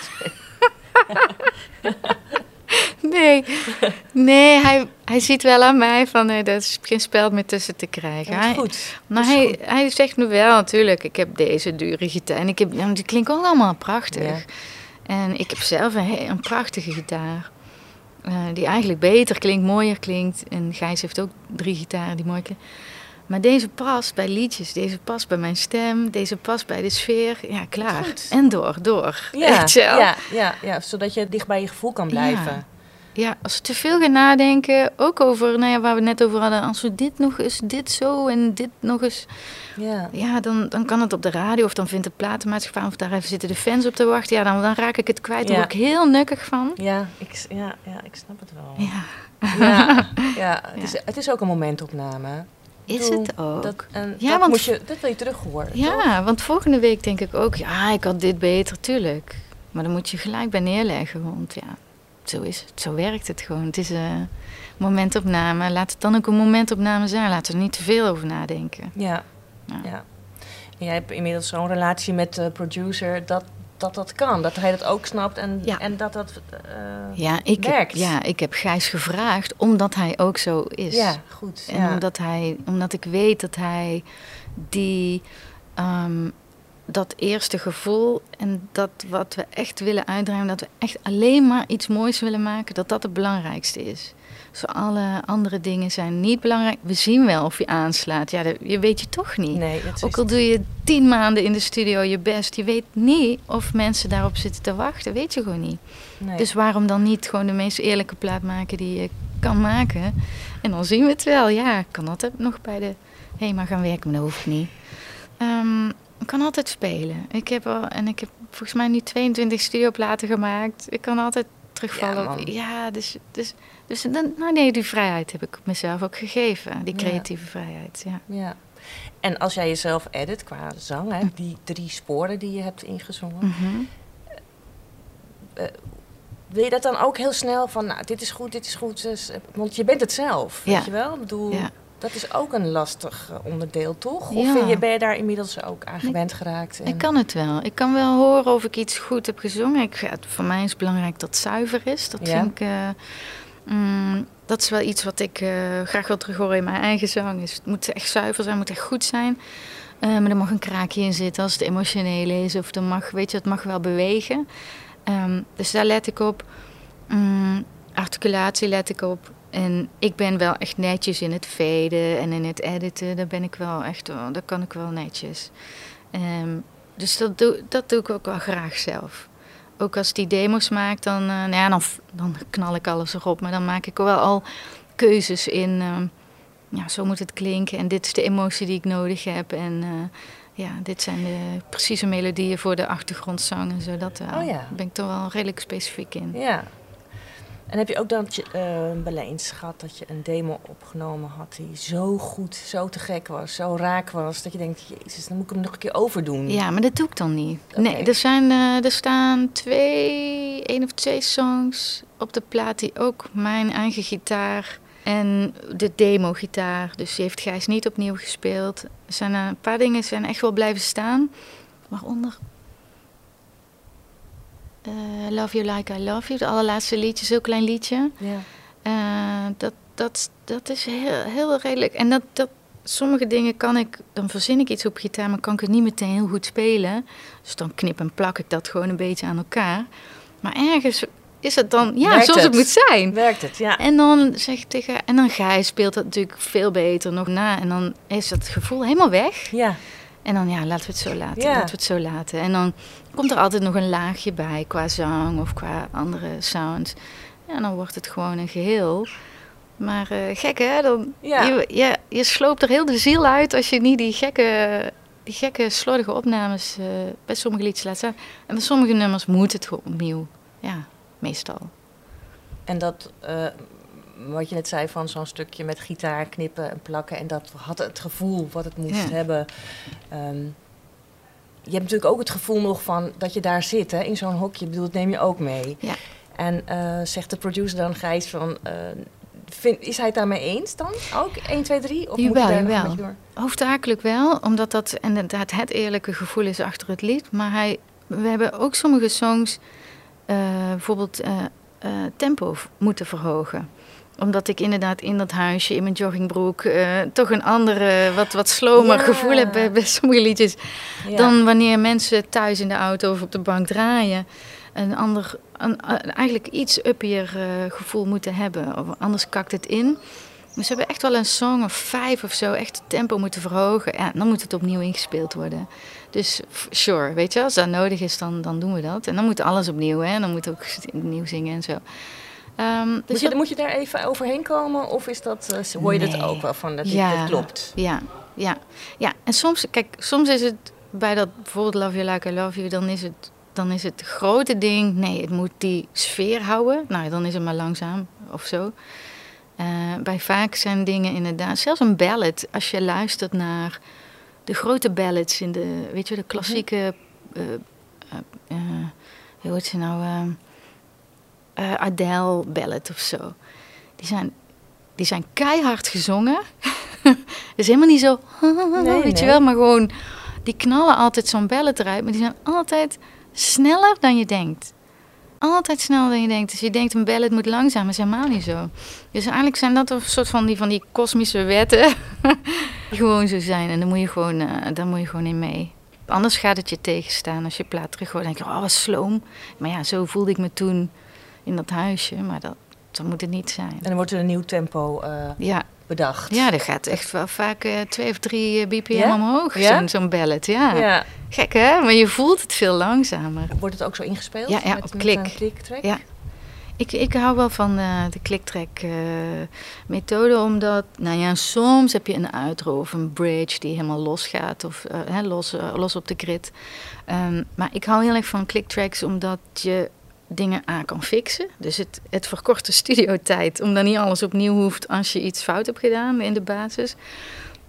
Nee, nee, nee hij, hij ziet wel aan mij van, nee, daar is geen speld meer tussen te krijgen. Dat is hij, goed. Maar dat hij, goed. hij zegt me wel, natuurlijk, ik heb deze dure gitaar. En ik heb, ja, die klinken ook allemaal prachtig. Ja. En ik heb zelf een, een prachtige gitaar. Uh, die eigenlijk beter klinkt, mooier klinkt. En Gijs heeft ook drie gitaren die mooi klinken. Maar deze past bij liedjes, deze past bij mijn stem, deze past bij de sfeer. Ja, klaar. Goed. En door, door. Ja, Weet je wel? ja, ja, ja, zodat je dicht bij je gevoel kan blijven. Ja. Ja, als we te veel gaan nadenken, ook over, nou ja, waar we het net over hadden. Als we dit nog eens, dit zo en dit nog eens. Ja, Ja, dan, dan kan het op de radio of dan vindt de platenmaatschappij of daar even zitten de fans op te wachten. Ja, dan, dan raak ik het kwijt. Daar Ja. word ik heel nukkig van. ja, ik, ja, ja, ik snap het wel. Ja, Ja, ja, het, Ja. Is, het is ook een momentopname. is Doe, het ook. Dat, en Ja, dat, want- moet je, dat wil je terug horen, toch? Ja, want volgende week denk ik ook, ja, ik had dit beter, tuurlijk. Maar dan moet je gelijk bij neerleggen, want ja, zo is het. Zo werkt het gewoon. Het is een momentopname. Laat het dan ook een momentopname zijn. Laten we er niet te veel over nadenken. Ja, Ja. ja. En jij hebt inmiddels zo'n relatie met de producer dat dat, dat kan. Dat hij dat ook snapt en, Ja. en dat dat uh, Ja ik, heb, werkt. ja, ik heb Gijs gevraagd omdat hij ook zo is. Ja, goed. En ja. omdat, hij, omdat ik weet dat hij die, um, dat eerste gevoel en dat wat we echt willen uitdragen, dat we echt alleen maar iets moois willen maken, dat dat het belangrijkste is. Dus alle andere dingen zijn niet belangrijk. We zien wel of je aanslaat. Ja, dat, je weet je toch niet. Nee, dat is Ook al doe je tien maanden in de studio je best, je weet niet of mensen daarop zitten te wachten. Weet je gewoon niet. nee. Dus waarom dan niet gewoon de meest eerlijke plaat maken die je kan maken? En dan zien we het wel. Ja, ik kan altijd nog bij de HEMA gaan werken, maar dat hoeft niet. Um, ik kan altijd spelen. Ik heb al, en ik heb volgens mij nu tweeëntwintig studioplaten gemaakt. Ik kan altijd terugvallen Ja, op... man. Ja, dus... dus Dus dan, nou nee, die vrijheid heb ik mezelf ook gegeven. Die Ja. creatieve vrijheid, ja. Ja. En als jij jezelf edit qua zang, hè, die drie sporen die je hebt ingezongen, Mm-hmm. uh, wil je dat dan ook heel snel van, nou, dit is goed, dit is goed, dus, uh, want je bent het zelf, Ja. weet je wel? Ik bedoel, Ja. dat is ook een lastig uh, onderdeel, toch? Of Ja. vind je, ben je daar inmiddels ook aan gewend geraakt? En... Ik kan het wel. Ik kan wel horen of ik iets goed heb gezongen. Ik, ja, voor mij is het belangrijk dat het zuiver is. Dat Ja. vind ik... Uh, mm, dat is wel iets wat ik uh, graag wil terug horen in mijn eigen zang. Dus het moet echt zuiver zijn, het moet echt goed zijn. Uh, maar er mag een kraakje in zitten als het emotioneel is. Of er mag, weet je, het mag wel bewegen. Um, dus daar let ik op. Um, articulatie let ik op. En ik ben wel echt netjes in het faden en in het editen. Daar ben ik wel echt, oh, dat kan ik wel netjes. Um, dus dat doe, dat doe ik ook wel graag zelf. Ook als die demo's maak, dan, uh, nou ja, dan, dan knal ik alles erop. Maar dan maak ik wel al keuzes in. Um, ja, zo moet het klinken. En dit is de emotie die ik nodig heb. En uh, ja, dit zijn de precieze melodieën voor de achtergrondzang en zo. Dat uh, oh ja. Daar ben ik er wel redelijk specifiek in. Ja. En heb je ook dan uh, wel eens gehad dat je een demo opgenomen had die zo goed, zo te gek was, zo raak was, dat je denkt, jezus, dan moet ik hem nog een keer overdoen. Ja, maar dat doe ik dan niet. Okay. Nee, er, zijn, uh, er staan twee, één of twee songs op de plaat die ook mijn eigen gitaar en de demo-gitaar, dus die heeft Gijs niet opnieuw gespeeld. Er zijn uh, een paar dingen zijn echt wel blijven staan, waaronder uh, Love You Like I Love You, het allerlaatste liedje, zo'n klein liedje. Ja. Uh, dat, dat, dat is heel, heel redelijk. En dat, dat, sommige dingen kan ik, dan verzin ik iets op gitaar, maar kan ik het niet meteen heel goed spelen. Dus dan knip en plak ik dat gewoon een beetje aan elkaar. Maar ergens is het dan, ja, Werkt zoals het? het moet zijn. Werkt het, ja. En dan zeg ik tegen, en dan Gijs speelt dat natuurlijk veel beter nog na. En dan is dat gevoel helemaal weg. Ja. En dan, ja, laten we het zo laten, Ja. laten we het zo laten. En dan komt er altijd nog een laagje bij, qua zang of qua andere sounds. Ja, dan wordt het gewoon een geheel. Maar uh, gek hè, dan, Ja. je, je, je sloopt er heel de ziel uit als je niet die gekke, die gekke slordige opnames uh, bij sommige liedjes laat staan. En bij sommige nummers moet het gewoon opnieuw. Ja, meestal. En dat, uh, wat je net zei van zo'n stukje met gitaar knippen en plakken, en dat had het gevoel wat het moest Ja. hebben. Um, je hebt natuurlijk ook het gevoel nog van dat je daar zit, hè, in zo'n hokje. Ik bedoel, dat neem je ook mee. Ja. En uh, zegt de producer dan, Gijs, van, uh, vind, is hij het daarmee eens dan? Ook één, twee, drie? Of Jawel, moet je daar nog jawel. een beetje door? Hoofdzakelijk wel, omdat dat inderdaad het eerlijke gevoel is achter het lied. Maar hij, we hebben ook sommige songs uh, bijvoorbeeld uh, uh, tempo moeten verhogen. Omdat ik inderdaad in dat huisje, in mijn joggingbroek, uh, toch een andere, wat, wat slomer Ja. gevoel heb bij, bij sommige liedjes. Ja. Dan wanneer mensen thuis in de auto of op de bank draaien. Een ander, een, eigenlijk iets uppier uh, gevoel moeten hebben. Of anders kakt het in. Dus we hebben echt wel een song of vijf of zo echt het tempo moeten verhogen. Ja, dan moet het opnieuw ingespeeld worden. Dus sure, weet je, als dat nodig is, dan, dan doen we dat. En dan moet alles opnieuw, hè. Dan moet ook opnieuw zingen en zo. Um, dus moet, je, dat, moet je daar even overheen komen? Of is dat, uh, hoor je Nee. dat ook wel van dat Ja. dit klopt? Ja, ja, ja. En soms, kijk, soms is het bij dat bijvoorbeeld Love You Like I Love You, dan is het, dan is het grote ding, nee, het moet die sfeer houden. Nou, dan is het maar langzaam of zo. Uh, bij vaak zijn dingen inderdaad, zelfs een ballad, als je luistert naar de grote ballads in de, weet je, de klassieke, uh, uh, uh, hoe heet ze nou, uh, uh, Adele ballad of zo. Die zijn, die zijn keihard gezongen. Het is helemaal niet zo, Nee, weet je nee. wel, maar gewoon, die knallen altijd zo'n ballad eruit, maar die zijn altijd sneller dan je denkt. Altijd sneller dan je denkt. Dus je denkt een ballad moet langzaam, maar is helemaal niet zo. Dus eigenlijk zijn dat een soort van die, van die kosmische wetten die gewoon zo zijn. En daar moet je gewoon, uh, daar moet je gewoon in mee. Anders gaat het je tegenstaan. Als je plaat terug hoort, denk je, oh, wat sloom. Maar ja, zo voelde ik me toen in dat huisje. Maar dat, dat moet het niet zijn. En dan wordt er een nieuw tempo uh, Ja, bedacht. ja, dat gaat echt wel vaak uh, twee of drie uh, bpm Ja? omhoog, Ja? zo'n, zo'n ballad. Ja. Ja. Gek hè, maar je voelt het veel langzamer. Wordt het ook zo ingespeeld? Ja, ja, met, op met klik. een kliktrack? Ja. Ik, ik hou wel van uh, de clicktrack uh, methode, omdat, nou ja, soms heb je een outro of een bridge die helemaal los gaat, of uh, hè, los, uh, los op de grid. Um, maar ik hou heel erg van clicktracks, omdat je dingen aan kan fixen. Dus het, het verkort de studiotijd, omdat niet alles opnieuw hoeft als je iets fout hebt gedaan in de basis.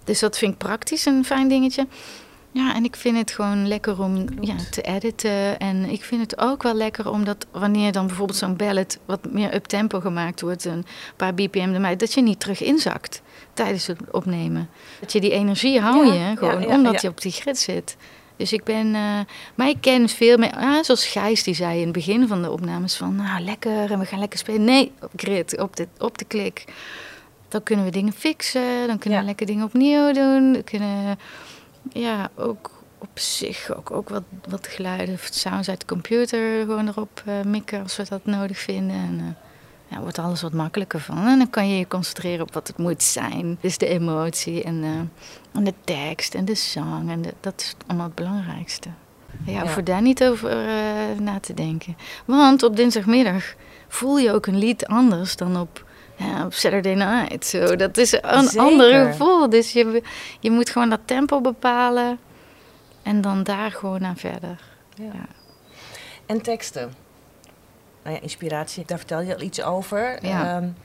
Dus dat vind ik praktisch een fijn dingetje. Ja, en ik vind het gewoon lekker om ja, te editen. En ik vind het ook wel lekker omdat wanneer dan bijvoorbeeld zo'n ballad wat meer up-tempo gemaakt wordt, een paar bpm erbij, dat je niet terug inzakt tijdens het opnemen. Dat je die energie hou je Ja, gewoon, ja, ja, omdat ja. je op die grid zit. Dus ik ben, uh, maar ik ken veel meer, ah, zoals Gijs die zei in het begin van de opnames van, nou lekker en we gaan lekker spelen. Nee, op grid, op de, op de klik. Dan kunnen we dingen fixen, dan kunnen Ja. we lekker dingen opnieuw doen. We kunnen, ja, ook op zich ook, ook wat, wat geluiden of sounds uit de computer gewoon erop uh, mikken als we dat nodig vinden. En uh, ja, wordt alles wat makkelijker van. En dan kan je je concentreren op wat het moet zijn. Dus de emotie en, uh, en de tekst en de zang. En de, dat is allemaal het belangrijkste. Ja, Ja. voor daar niet over uh, na te denken. Want op dinsdagmiddag voel je ook een lied anders dan op, ja, op Saturday Night. Zo, dat is een Zeker. ander gevoel. Dus je, je moet gewoon dat tempo bepalen. En dan daar gewoon naar verder. Ja. Ja. En teksten. Nou ja, inspiratie, daar vertel je al iets over. Ja. Um,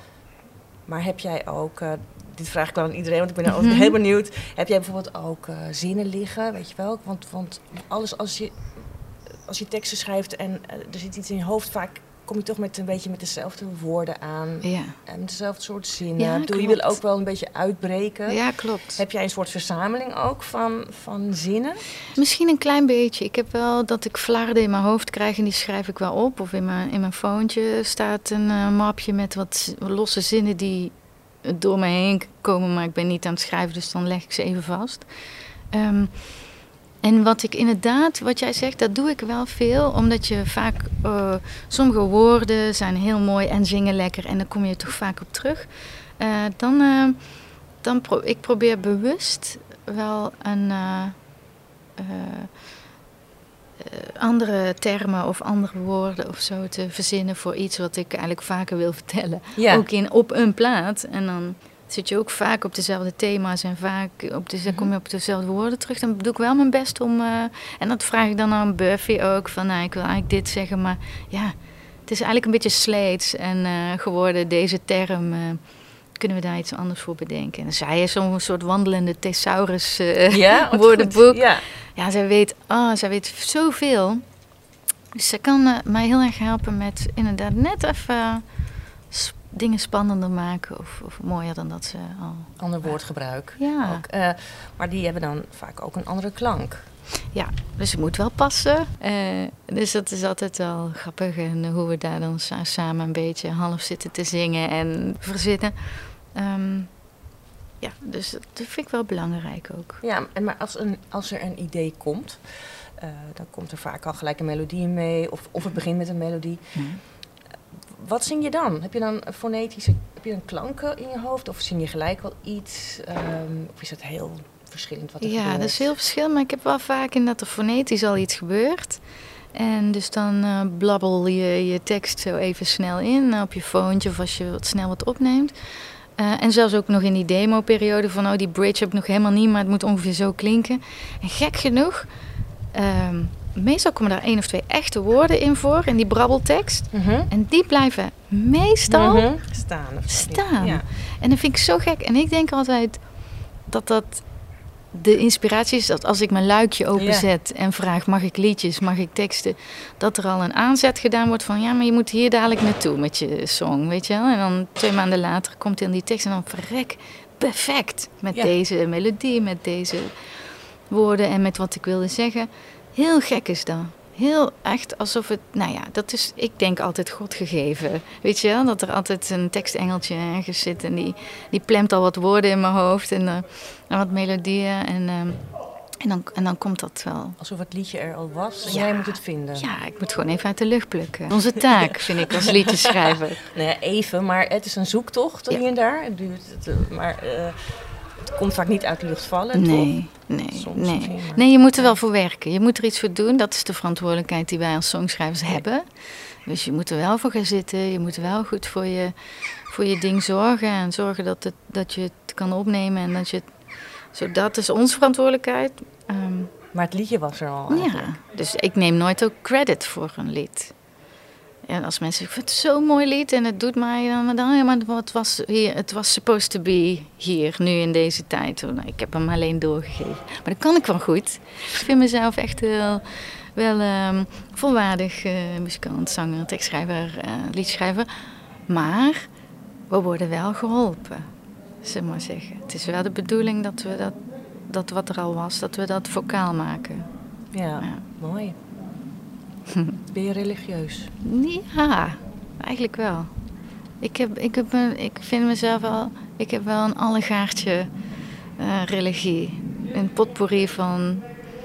maar heb jij ook, uh, dit vraag ik wel aan iedereen, want ik ben er altijd Mhm. heel benieuwd. Heb jij bijvoorbeeld ook uh, zinnen liggen, weet je wel? Want, want alles als je, als je teksten schrijft en uh, er zit iets in je hoofd, vaak kom je toch met een beetje met dezelfde woorden aan. Ja. En dezelfde soort zinnen. Ja, Ik bedoel, je klopt. wil ook wel een beetje uitbreken. ja, klopt. Heb jij een soort verzameling ook van, van zinnen? Misschien een klein beetje. Ik heb wel dat ik flarden in mijn hoofd krijg en die schrijf ik wel op. Of in mijn, in mijn phoontje staat een uh, mapje met wat losse zinnen die door me heen komen. Maar ik ben niet aan het schrijven, dus dan leg ik ze even vast. Um, en wat ik inderdaad, wat jij zegt, dat doe ik wel veel. Omdat je vaak, uh, sommige woorden zijn heel mooi en zingen lekker. En dan kom je toch vaak op terug. Uh, dan, uh, dan pro- ik probeer bewust wel een... Uh, uh, uh, andere termen of andere woorden of zo te verzinnen voor iets wat ik eigenlijk vaker wil vertellen. Ja. Ook in, op een plaat. En dan zit je ook vaak op dezelfde thema's en vaak op de, kom je op dezelfde woorden terug. Dan doe ik wel mijn best om... Uh, en dat vraag ik dan aan Buffy ook. Van nou, ik wil eigenlijk dit zeggen, maar ja... Het is eigenlijk een beetje sleets en uh, geworden, deze term... Uh, kunnen we daar iets anders voor bedenken. En zij is zo'n soort wandelende thesaurus uh, Ja, wat woordenboek. goed. Ja. Ja, zij weet, oh, zij weet zoveel. Dus ze kan uh, mij heel erg helpen met inderdaad net even uh, sp- dingen spannender maken. Of, of mooier dan dat ze al... Ander woordgebruik. Ja. Ook. Uh, maar die hebben dan vaak ook een andere klank. Ja, dus het moet wel passen. Uh, dus dat is altijd wel grappig. En hoe we daar dan sa- samen een beetje half zitten te zingen en verzinnen. Um, ja, dus dat vind ik wel belangrijk ook. Ja, en maar als, een, als er een idee komt, uh, dan komt er vaak al gelijk een melodie mee. Of, of het begint met een melodie. Hmm. Wat zing je dan? Heb je dan fonetische, heb je dan klanken in je hoofd? Of zing je gelijk al iets? Um, of is het heel verschillend wat er ja, gebeurt? dat is heel verschillend. Maar ik heb wel vaak in dat er fonetisch al iets gebeurt. En dus dan uh, blabbel je je tekst zo even snel in uh, op je phoontje of als je wat snel wat opneemt. Uh, en zelfs ook nog in die demo-periode van, oh, die bridge heb ik nog helemaal niet, maar het moet ongeveer zo klinken. En gek genoeg, um, meestal komen daar één of twee echte woorden in voor, in die brabbeltekst. Mm-hmm. En die blijven meestal Mm-hmm. staan. Of zo. staan. Ja. En dat vind ik zo gek. En ik denk altijd dat dat de inspiratie is dat als ik mijn luikje openzet ja. en vraag, mag ik liedjes, mag ik teksten, dat er al een aanzet gedaan wordt van, ja, maar je moet hier dadelijk naartoe met je song, weet je wel. En dan twee maanden later komt in die tekst en dan verrek, perfect, met ja. deze melodie, met deze woorden en met wat ik wilde zeggen. Heel gek is dat. Heel echt alsof het, nou ja, dat is, ik denk altijd God gegeven. Weet je wel, dat er altijd een tekstengeltje ergens zit en die, die plemt al wat woorden in mijn hoofd en, uh, en wat melodieën en, uh, en, dan, en dan komt dat wel. Alsof het liedje er al was en ja, jij moet het vinden. Ja, ik moet gewoon even uit de lucht plukken. Onze taak, vind ik, als liedjeschrijver. Nou ja, even, maar het is een zoektocht hier ja. en daar. Het duurt, het, maar... Uh, Het komt vaak niet uit de lucht vallen, nee, toch? Nee, Soms nee. Misschien, maar... nee, je moet er wel voor werken. Je moet er iets voor doen. Dat is de verantwoordelijkheid die wij als songschrijvers nee. hebben. Dus je moet er wel voor gaan zitten. Je moet wel goed voor je, voor je ding zorgen. En zorgen dat, het, dat je het kan opnemen. En dat je het, zo, dat is onze verantwoordelijkheid. Um, maar het liedje was er al eigenlijk. Ja, dus ik neem nooit ook credit voor een lied. ja, als mensen zeggen, ik vind het zo'n mooi lied en het doet mij dan, dan ja, maar het was hier, het was supposed to be hier, nu in deze tijd. Nou, ik heb hem alleen doorgegeven. Maar dat kan ik wel goed. Ik vind mezelf echt wel, wel um, volwaardig uh, muzikant, zanger, tekstschrijver, uh, liedschrijver. Maar we worden wel geholpen, zullen we maar zeggen. Het is wel de bedoeling dat we dat, dat wat er al was, dat we dat vocaal maken. Ja, Ja. mooi. Ben je religieus? Ja, eigenlijk wel. Ik, heb, ik, heb een, ik vind mezelf wel... Ik heb wel een allegaartje uh, religie. Een potpourri van...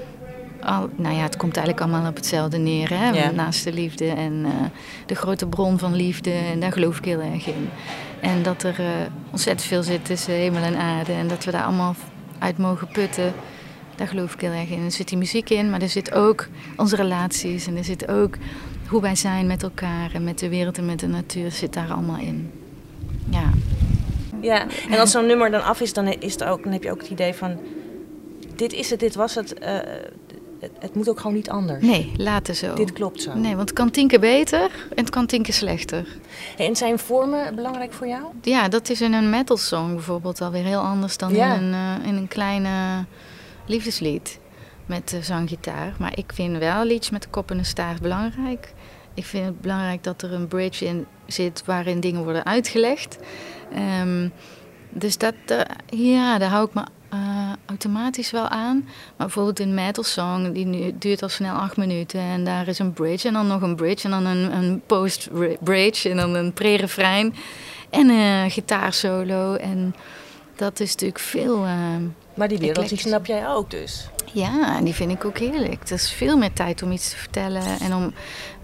Al, nou ja, het komt eigenlijk allemaal op hetzelfde neer. Hè? Ja. Naast de liefde en uh, de grote bron van liefde. En daar geloof ik heel erg in. En dat er uh, ontzettend veel zit tussen hemel en aarde. En dat we daar allemaal uit mogen putten. Daar geloof ik heel erg in. Er zit die muziek in, maar er zit ook onze relaties. En er zit ook hoe wij zijn met elkaar en met de wereld en met de natuur. Zit daar allemaal in. Ja. Ja, en als zo'n nummer dan af is, dan, is het ook, dan heb je ook het idee van... Dit is het, dit was het. Uh, het, het moet ook gewoon niet anders. Nee, laten zo. Dit klopt zo. Nee, want het kan tien keer beter en het kan tien keer slechter. En zijn vormen belangrijk voor jou? Ja, dat is in een metal song bijvoorbeeld alweer heel anders dan Ja. in, een, uh, in een kleine liefdeslied met uh, zanggitaar. Maar ik vind wel liedjes met de kop en de staart belangrijk. Ik vind het belangrijk dat er een bridge in zit waarin dingen worden uitgelegd. Um, dus dat, uh, ja, daar hou ik me uh, automatisch wel aan. Maar bijvoorbeeld een metal song, die nu, duurt al snel acht minuten. En daar is een bridge en dan nog een bridge en dan een, een post-bridge en dan een pre-refrein. En een gitaarsolo. En dat is natuurlijk veel... Uh, Maar die wereld, die eclectisch. snap jij ook dus? Ja, en die vind ik ook heerlijk. Het is veel meer tijd om iets te vertellen. En om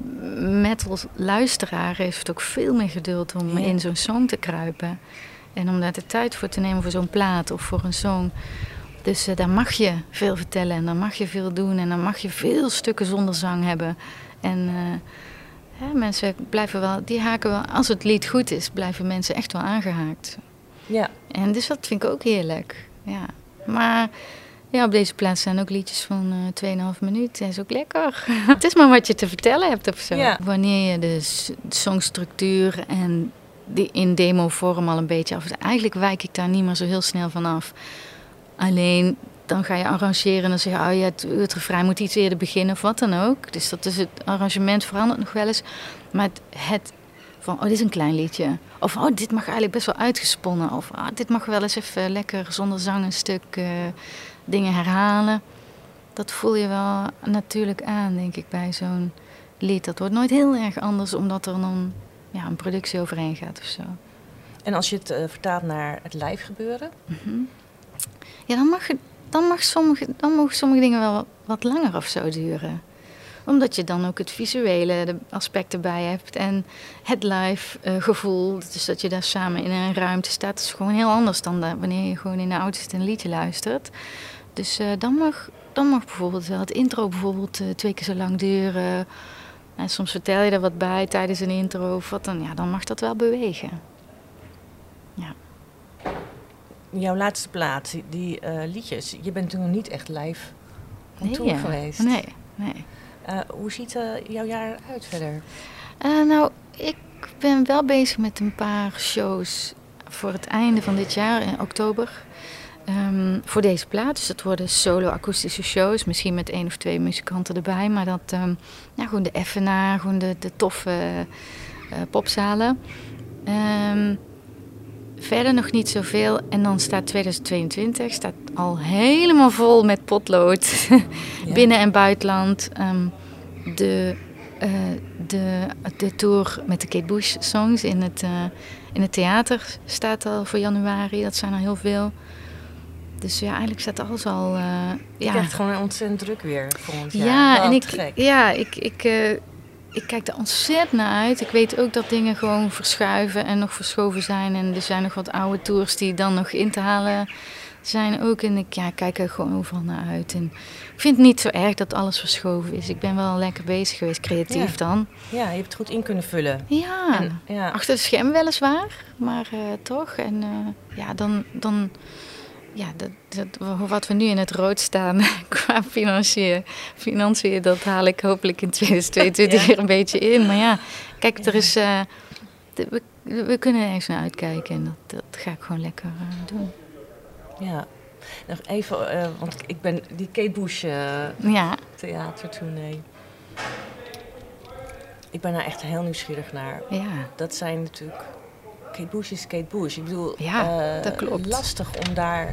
metal luisteraar heeft ook veel meer geduld om Ja. in zo'n song te kruipen. En om daar de tijd voor te nemen voor zo'n plaat of voor een song. Dus uh, daar mag je veel vertellen en dan mag je veel doen. En dan mag je veel stukken zonder zang hebben. En uh, ja, mensen blijven wel, die haken wel, als het lied goed is, blijven mensen echt wel aangehaakt. Ja. En dus dat vind ik ook heerlijk. Ja. Maar ja, op deze plaats staan ook liedjes van uh, twee komma vijf minuten. Dat is ook lekker. Het is maar wat je te vertellen hebt of zo. Ja. Wanneer je de s- songstructuur en die in demo-vorm al een beetje af... Eigenlijk wijk ik daar niet meer zo heel snel van af. Alleen dan ga je arrangeren en dan zeg je... Oh ja, het, het refrein moet iets eerder beginnen of wat dan ook. Dus dat is het arrangement verandert nog wel eens. Maar het... het van, oh, dit is een klein liedje. Of, oh, dit mag eigenlijk best wel uitgesponnen. Of, oh, dit mag wel eens even lekker zonder zang een stuk uh, dingen herhalen. Dat voel je wel natuurlijk aan, denk ik, bij zo'n lied. Dat wordt nooit heel erg anders, omdat er dan ja, een productie overheen gaat of zo. En als je het uh, vertaalt naar het live gebeuren? Mm-hmm. Ja, dan, mag, dan, mag sommige, dan mogen sommige dingen wel wat langer of zo duren. Omdat je dan ook het visuele de aspect erbij hebt en het live uh, gevoel. Dus dat je daar samen in een ruimte staat. Dat is gewoon heel anders dan de, wanneer je gewoon in de auto zit en een liedje luistert. Dus uh, dan, mag, dan mag bijvoorbeeld wel het intro bijvoorbeeld uh, twee keer zo lang duren. En soms vertel je er wat bij tijdens een intro of wat dan. Ja, dan mag dat wel bewegen. Ja. Jouw laatste plaat, die, die uh, liedjes, je bent toen nog niet echt live op Nee, tour ja. geweest. Nee, nee. Uh, hoe ziet uh, jouw jaar eruit verder? Uh, nou, ik ben wel bezig met een paar shows voor het einde van dit jaar, in oktober. Um, voor deze plaat. Dus dat worden solo-akoestische shows. Misschien met één of twee muzikanten erbij. Maar dat, um, ja, gewoon de effenaar, gewoon de, de toffe uh, popzalen. Um, verder nog niet zoveel. En dan staat tweeduizend tweeëntwintig staat al helemaal vol met potlood. Ja. Binnen- en buitenland. Um, de, uh, de, de tour met de Kate Bush songs in het, uh, in het theater staat al voor januari. Dat zijn er heel veel. Dus ja, eigenlijk staat alles al... Uh, Je ja. krijgt gewoon ontzettend druk weer volgend jaar. Ja, Wel en ik, te gek. ja, ik, ik, uh, ik kijk er ontzettend naar uit. Ik weet ook dat dingen gewoon verschuiven en nog verschoven zijn. En er zijn nog wat oude tours die dan nog in te halen zijn ook. En ik ja, kijk er gewoon overal naar uit. En ik vind het niet zo erg dat alles verschoven is. Ik ben wel lekker bezig geweest, creatief Ja. dan. Ja, je hebt het goed in kunnen vullen. Ja, En, ja. achter de scherm weliswaar, maar uh, toch. En uh, ja, dan... dan Ja, dat, dat, wat we nu in het rood staan qua financiën, financiën, dat haal ik hopelijk in tweeduizend tweeëntwintig Ja. weer een beetje in. Maar ja, Kijk, er is, uh, de, we, we kunnen ergens naar uitkijken en dat, dat ga ik gewoon lekker uh, doen. Ja, nog even, uh, want ik ben die Kate Bush uh, ja. theatertournee. Ik ben daar echt heel nieuwsgierig naar. Ja. Dat zijn natuurlijk... Kate Bush is Kate Bush. Ik bedoel, ja, uh, dat klopt. Lastig om daar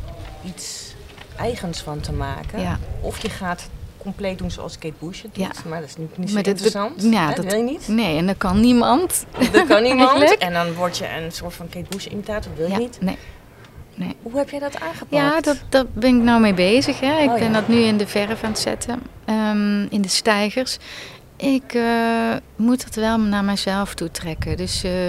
iets eigens van te maken. Ja. Of je gaat compleet doen zoals Kate Bush het doet. Ja. Maar dat is niet, niet zo maar dat, interessant. Dat, ja, hè? dat wil je niet. Nee, en dat kan niemand. Dat kan niemand. En dan word je een soort van Kate Bush-imitator. wil je ja, niet. Nee. Nee. Hoe heb jij dat aangepakt? Ja, dat, dat ben ik nou mee bezig. Hè. Ik oh, ben ja. dat nu in de verf aan het zetten. Um, in de stijgers. Ik uh, moet dat wel naar mezelf toe trekken. Dus... Uh,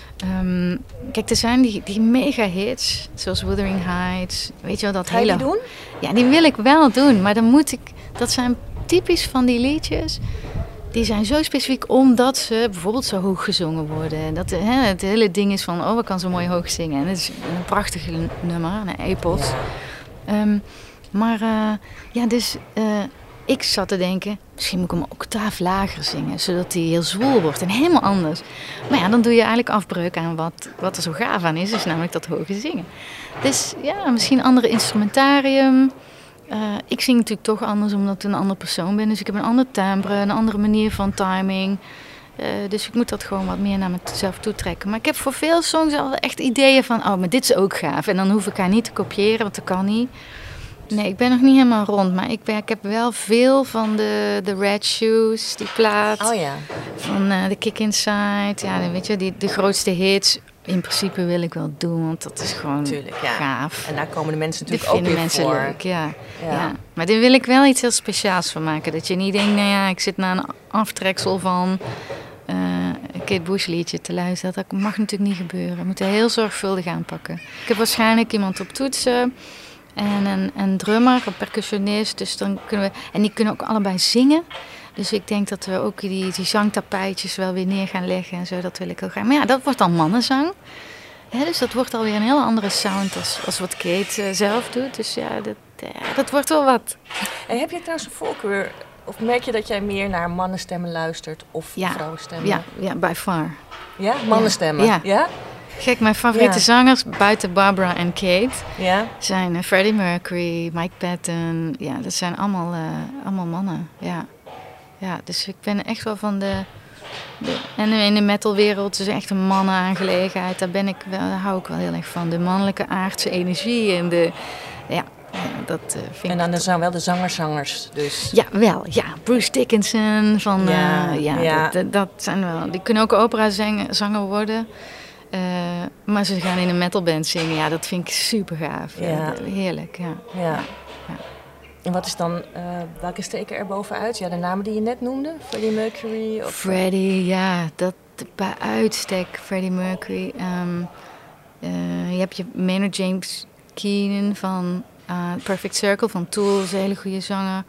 Um, kijk, er zijn die, die mega hits, zoals Wuthering Heights. Weet je wel, dat Ga je hele... die doen? Ja, die wil ik wel doen, maar dan moet ik... Dat zijn typisch van die liedjes. Die zijn zo specifiek omdat ze bijvoorbeeld zo hoog gezongen worden. En dat hè, het hele ding is van, oh, ik kan zo mooi hoog zingen. En het is een prachtig nummer, een epos. Ja. Um, maar uh, ja, dus... Uh, Ik zat te denken, misschien moet ik hem een octaaf lager zingen, zodat hij heel zwoel wordt en helemaal anders. Maar ja, dan doe je eigenlijk afbreuk aan wat, wat er zo gaaf aan is, dus namelijk dat hoge zingen. Dus ja, misschien een andere instrumentarium. Uh, ik zing natuurlijk toch anders omdat ik een andere persoon ben, dus ik heb een ander timbre, een andere manier van timing. Uh, dus ik moet dat gewoon wat meer naar mezelf toe trekken. Maar ik heb voor veel songs al echt ideeën van, oh, maar dit is ook gaaf. En dan hoef ik haar niet te kopiëren, want dat kan niet. Nee, ik ben nog niet helemaal rond, maar ik, ben, ik heb wel veel van de, de Red Shoes, die plaat. Oh ja. Van uh, The Kick Inside, ja, dan weet je, die, de grootste hits. In principe wil ik wel doen, want dat is gewoon Tuurlijk, ja. gaaf. En daar komen de mensen Die natuurlijk ook weer mensen voor. leuk, ja. Ja. ja. Maar daar wil ik wel iets heel speciaals van maken. Dat je niet denkt, nou ja, ik zit naar een aftreksel van uh, een Kate Bush liedje te luisteren. Dat mag natuurlijk niet gebeuren. We moeten heel zorgvuldig aanpakken. Ik heb waarschijnlijk iemand op toetsen. En een, een drummer, een percussionist. Dus dan kunnen we, en die kunnen ook allebei zingen. Dus ik denk dat we ook die, die zangtapijtjes wel weer neer gaan leggen en zo. Dat wil ik heel graag. Maar ja, dat wordt dan mannenzang. He, dus dat wordt alweer een heel andere sound als, als wat Kate uh, zelf doet. Dus ja dat, ja, dat wordt wel wat. En heb je trouwens een voorkeur? Of merk je dat jij meer naar mannenstemmen luistert of ja. vrouwenstemmen? Ja, ja, by far. Ja, mannenstemmen? Ja. ja? Gek, mijn favoriete ja. zangers buiten Barbara en Kate ja? zijn uh, Freddie Mercury, Mike Patton. Ja, dat zijn allemaal, uh, allemaal mannen. Ja. ja, dus ik ben echt wel van de... de en in de metalwereld is echt een mannenaangelegenheid. Daar, ben ik wel, daar hou ik wel heel erg van. De mannelijke aardse energie en de... Ja, ja dat uh, vind en dan ik... zijn wel de zangerzangers dus. Ja, wel. Ja, Bruce Dickinson van... Ja, uh, ja, ja. Dat, dat, dat zijn wel... Die kunnen ook operazanger worden. Uh, maar ze gaan in een metalband zingen. Ja, dat vind ik super gaaf. Ja. Ja, heerlijk, ja. Ja. ja. ja. En wat is dan, uh, welke steken er bovenuit? Ja, de namen die je net noemde? Freddie Mercury? Of... Freddie, ja, dat bij uitstek. Freddie Mercury. Um, uh, je hebt je Maynard James Keenan van uh, Perfect Circle van Tool. Is een hele goede zanger.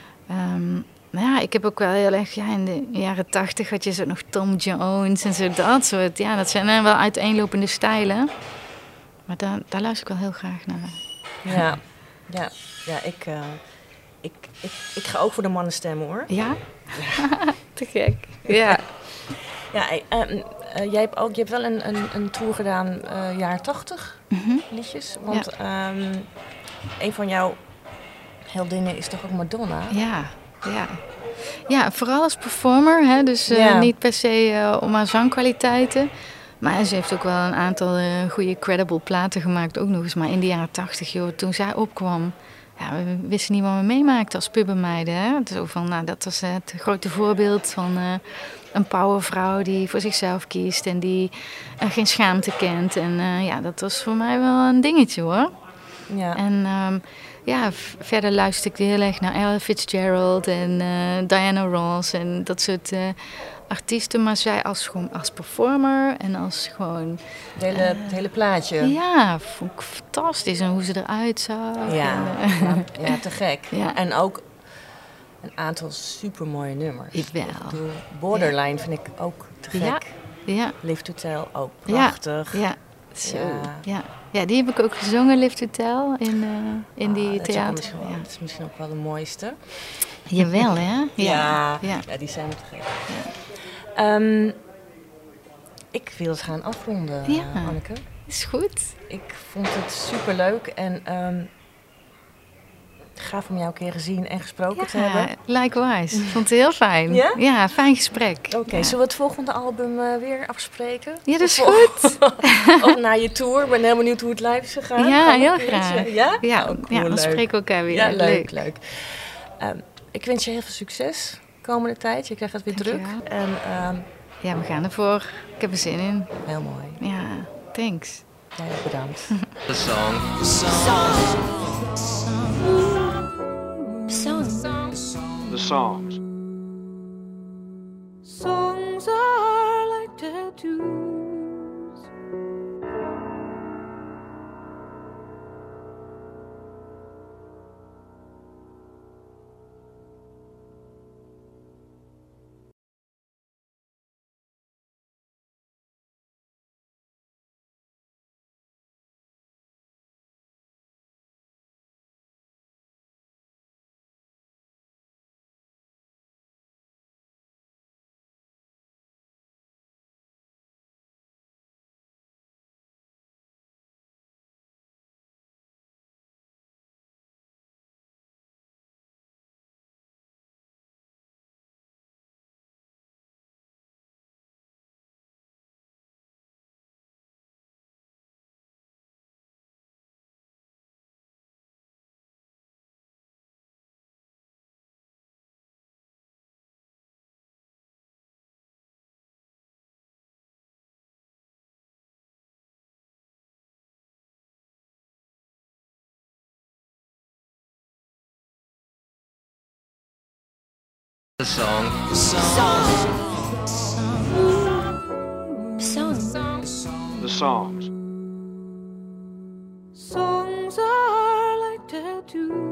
Um, Maar ja, ik heb ook wel heel erg, ja, in de jaren tachtig had je zo nog Tom Jones en zo dat soort. Ja, dat zijn wel uiteenlopende stijlen. Maar daar, daar luister ik wel heel graag naar. Ja, ja, ja ik, uh, ik, ik, ik ga ook voor de mannenstemmen hoor. Ja? ja. Te gek. Ja. ja, uh, uh, jij hebt ook, je hebt wel een, een, een tour gedaan, uh, jaren tachtig mm-hmm. liedjes. Want ja. um, een van jouw heldinnen is toch ook Madonna? Ja. Ja. ja, vooral als performer. Hè? Dus uh, ja. niet per se uh, om haar zangkwaliteiten. Maar ze heeft ook wel een aantal uh, goede credible platen gemaakt. Ook nog eens maar in de jaren tachtig, joh. Toen zij opkwam, ja, we wisten niet wat we meemaakten als pubermeiden. Hè? Zo van, nou, dat was het grote voorbeeld van uh, een powervrouw die voor zichzelf kiest. En die uh, geen schaamte kent. En uh, ja, dat was voor mij wel een dingetje, hoor. Ja. En... Um, Ja, v- verder luister ik heel erg naar Ella Fitzgerald en uh, Diana Ross en dat soort uh, artiesten. Maar zij als, gewoon als performer en als gewoon... Het hele, uh, het hele plaatje. Ja, vond ik fantastisch. En hoe ze eruit zag. Ja, en, uh, ja, ja, te gek. Ja. En ook een aantal supermooie nummers. Ik wel. Ik bedoel, Borderline ja. vind ik ook te gek. Ja. Ja. Live to Tell, ook prachtig. Ja. Ja. Zo. Ja. Ja. Ja, die heb ik ook gezongen, Live to Tell, in, uh, in ah, die dat theater. Is wel, ja. Dat is misschien ook wel de mooiste. Jawel, hè? Ja, Ja, ja. ja die zijn te gek. Um, ik wil het gaan afronden, Ja. uh, Anneke. Is goed. Ik vond het superleuk en um, gaaf om jou een keer gezien en gesproken Ja, te hebben. likewise. Ik vond het heel fijn. Ja? Ja, fijn gesprek. Oké, okay, ja. zullen we het volgende album uh, weer afspreken? Ja, dat is of, goed. Of naar je tour. Ik ben heel benieuwd hoe het live is gegaan. Ja, Gaan we heel een keertje? graag. Ja? Ja, Oh, cool, ja dan leuk. spreken we elkaar weer. Ja, leuk, leuk. leuk. Um, ik wens je heel veel succes de komende tijd. Je krijgt het weer druk. En, um, ja, we gaan ervoor. Ik heb er zin in. Heel mooi. Ja, thanks. Ja, heel bedankt. The song. The songs. songs are like tattoos. The song. The songs. Songs are like tattoos.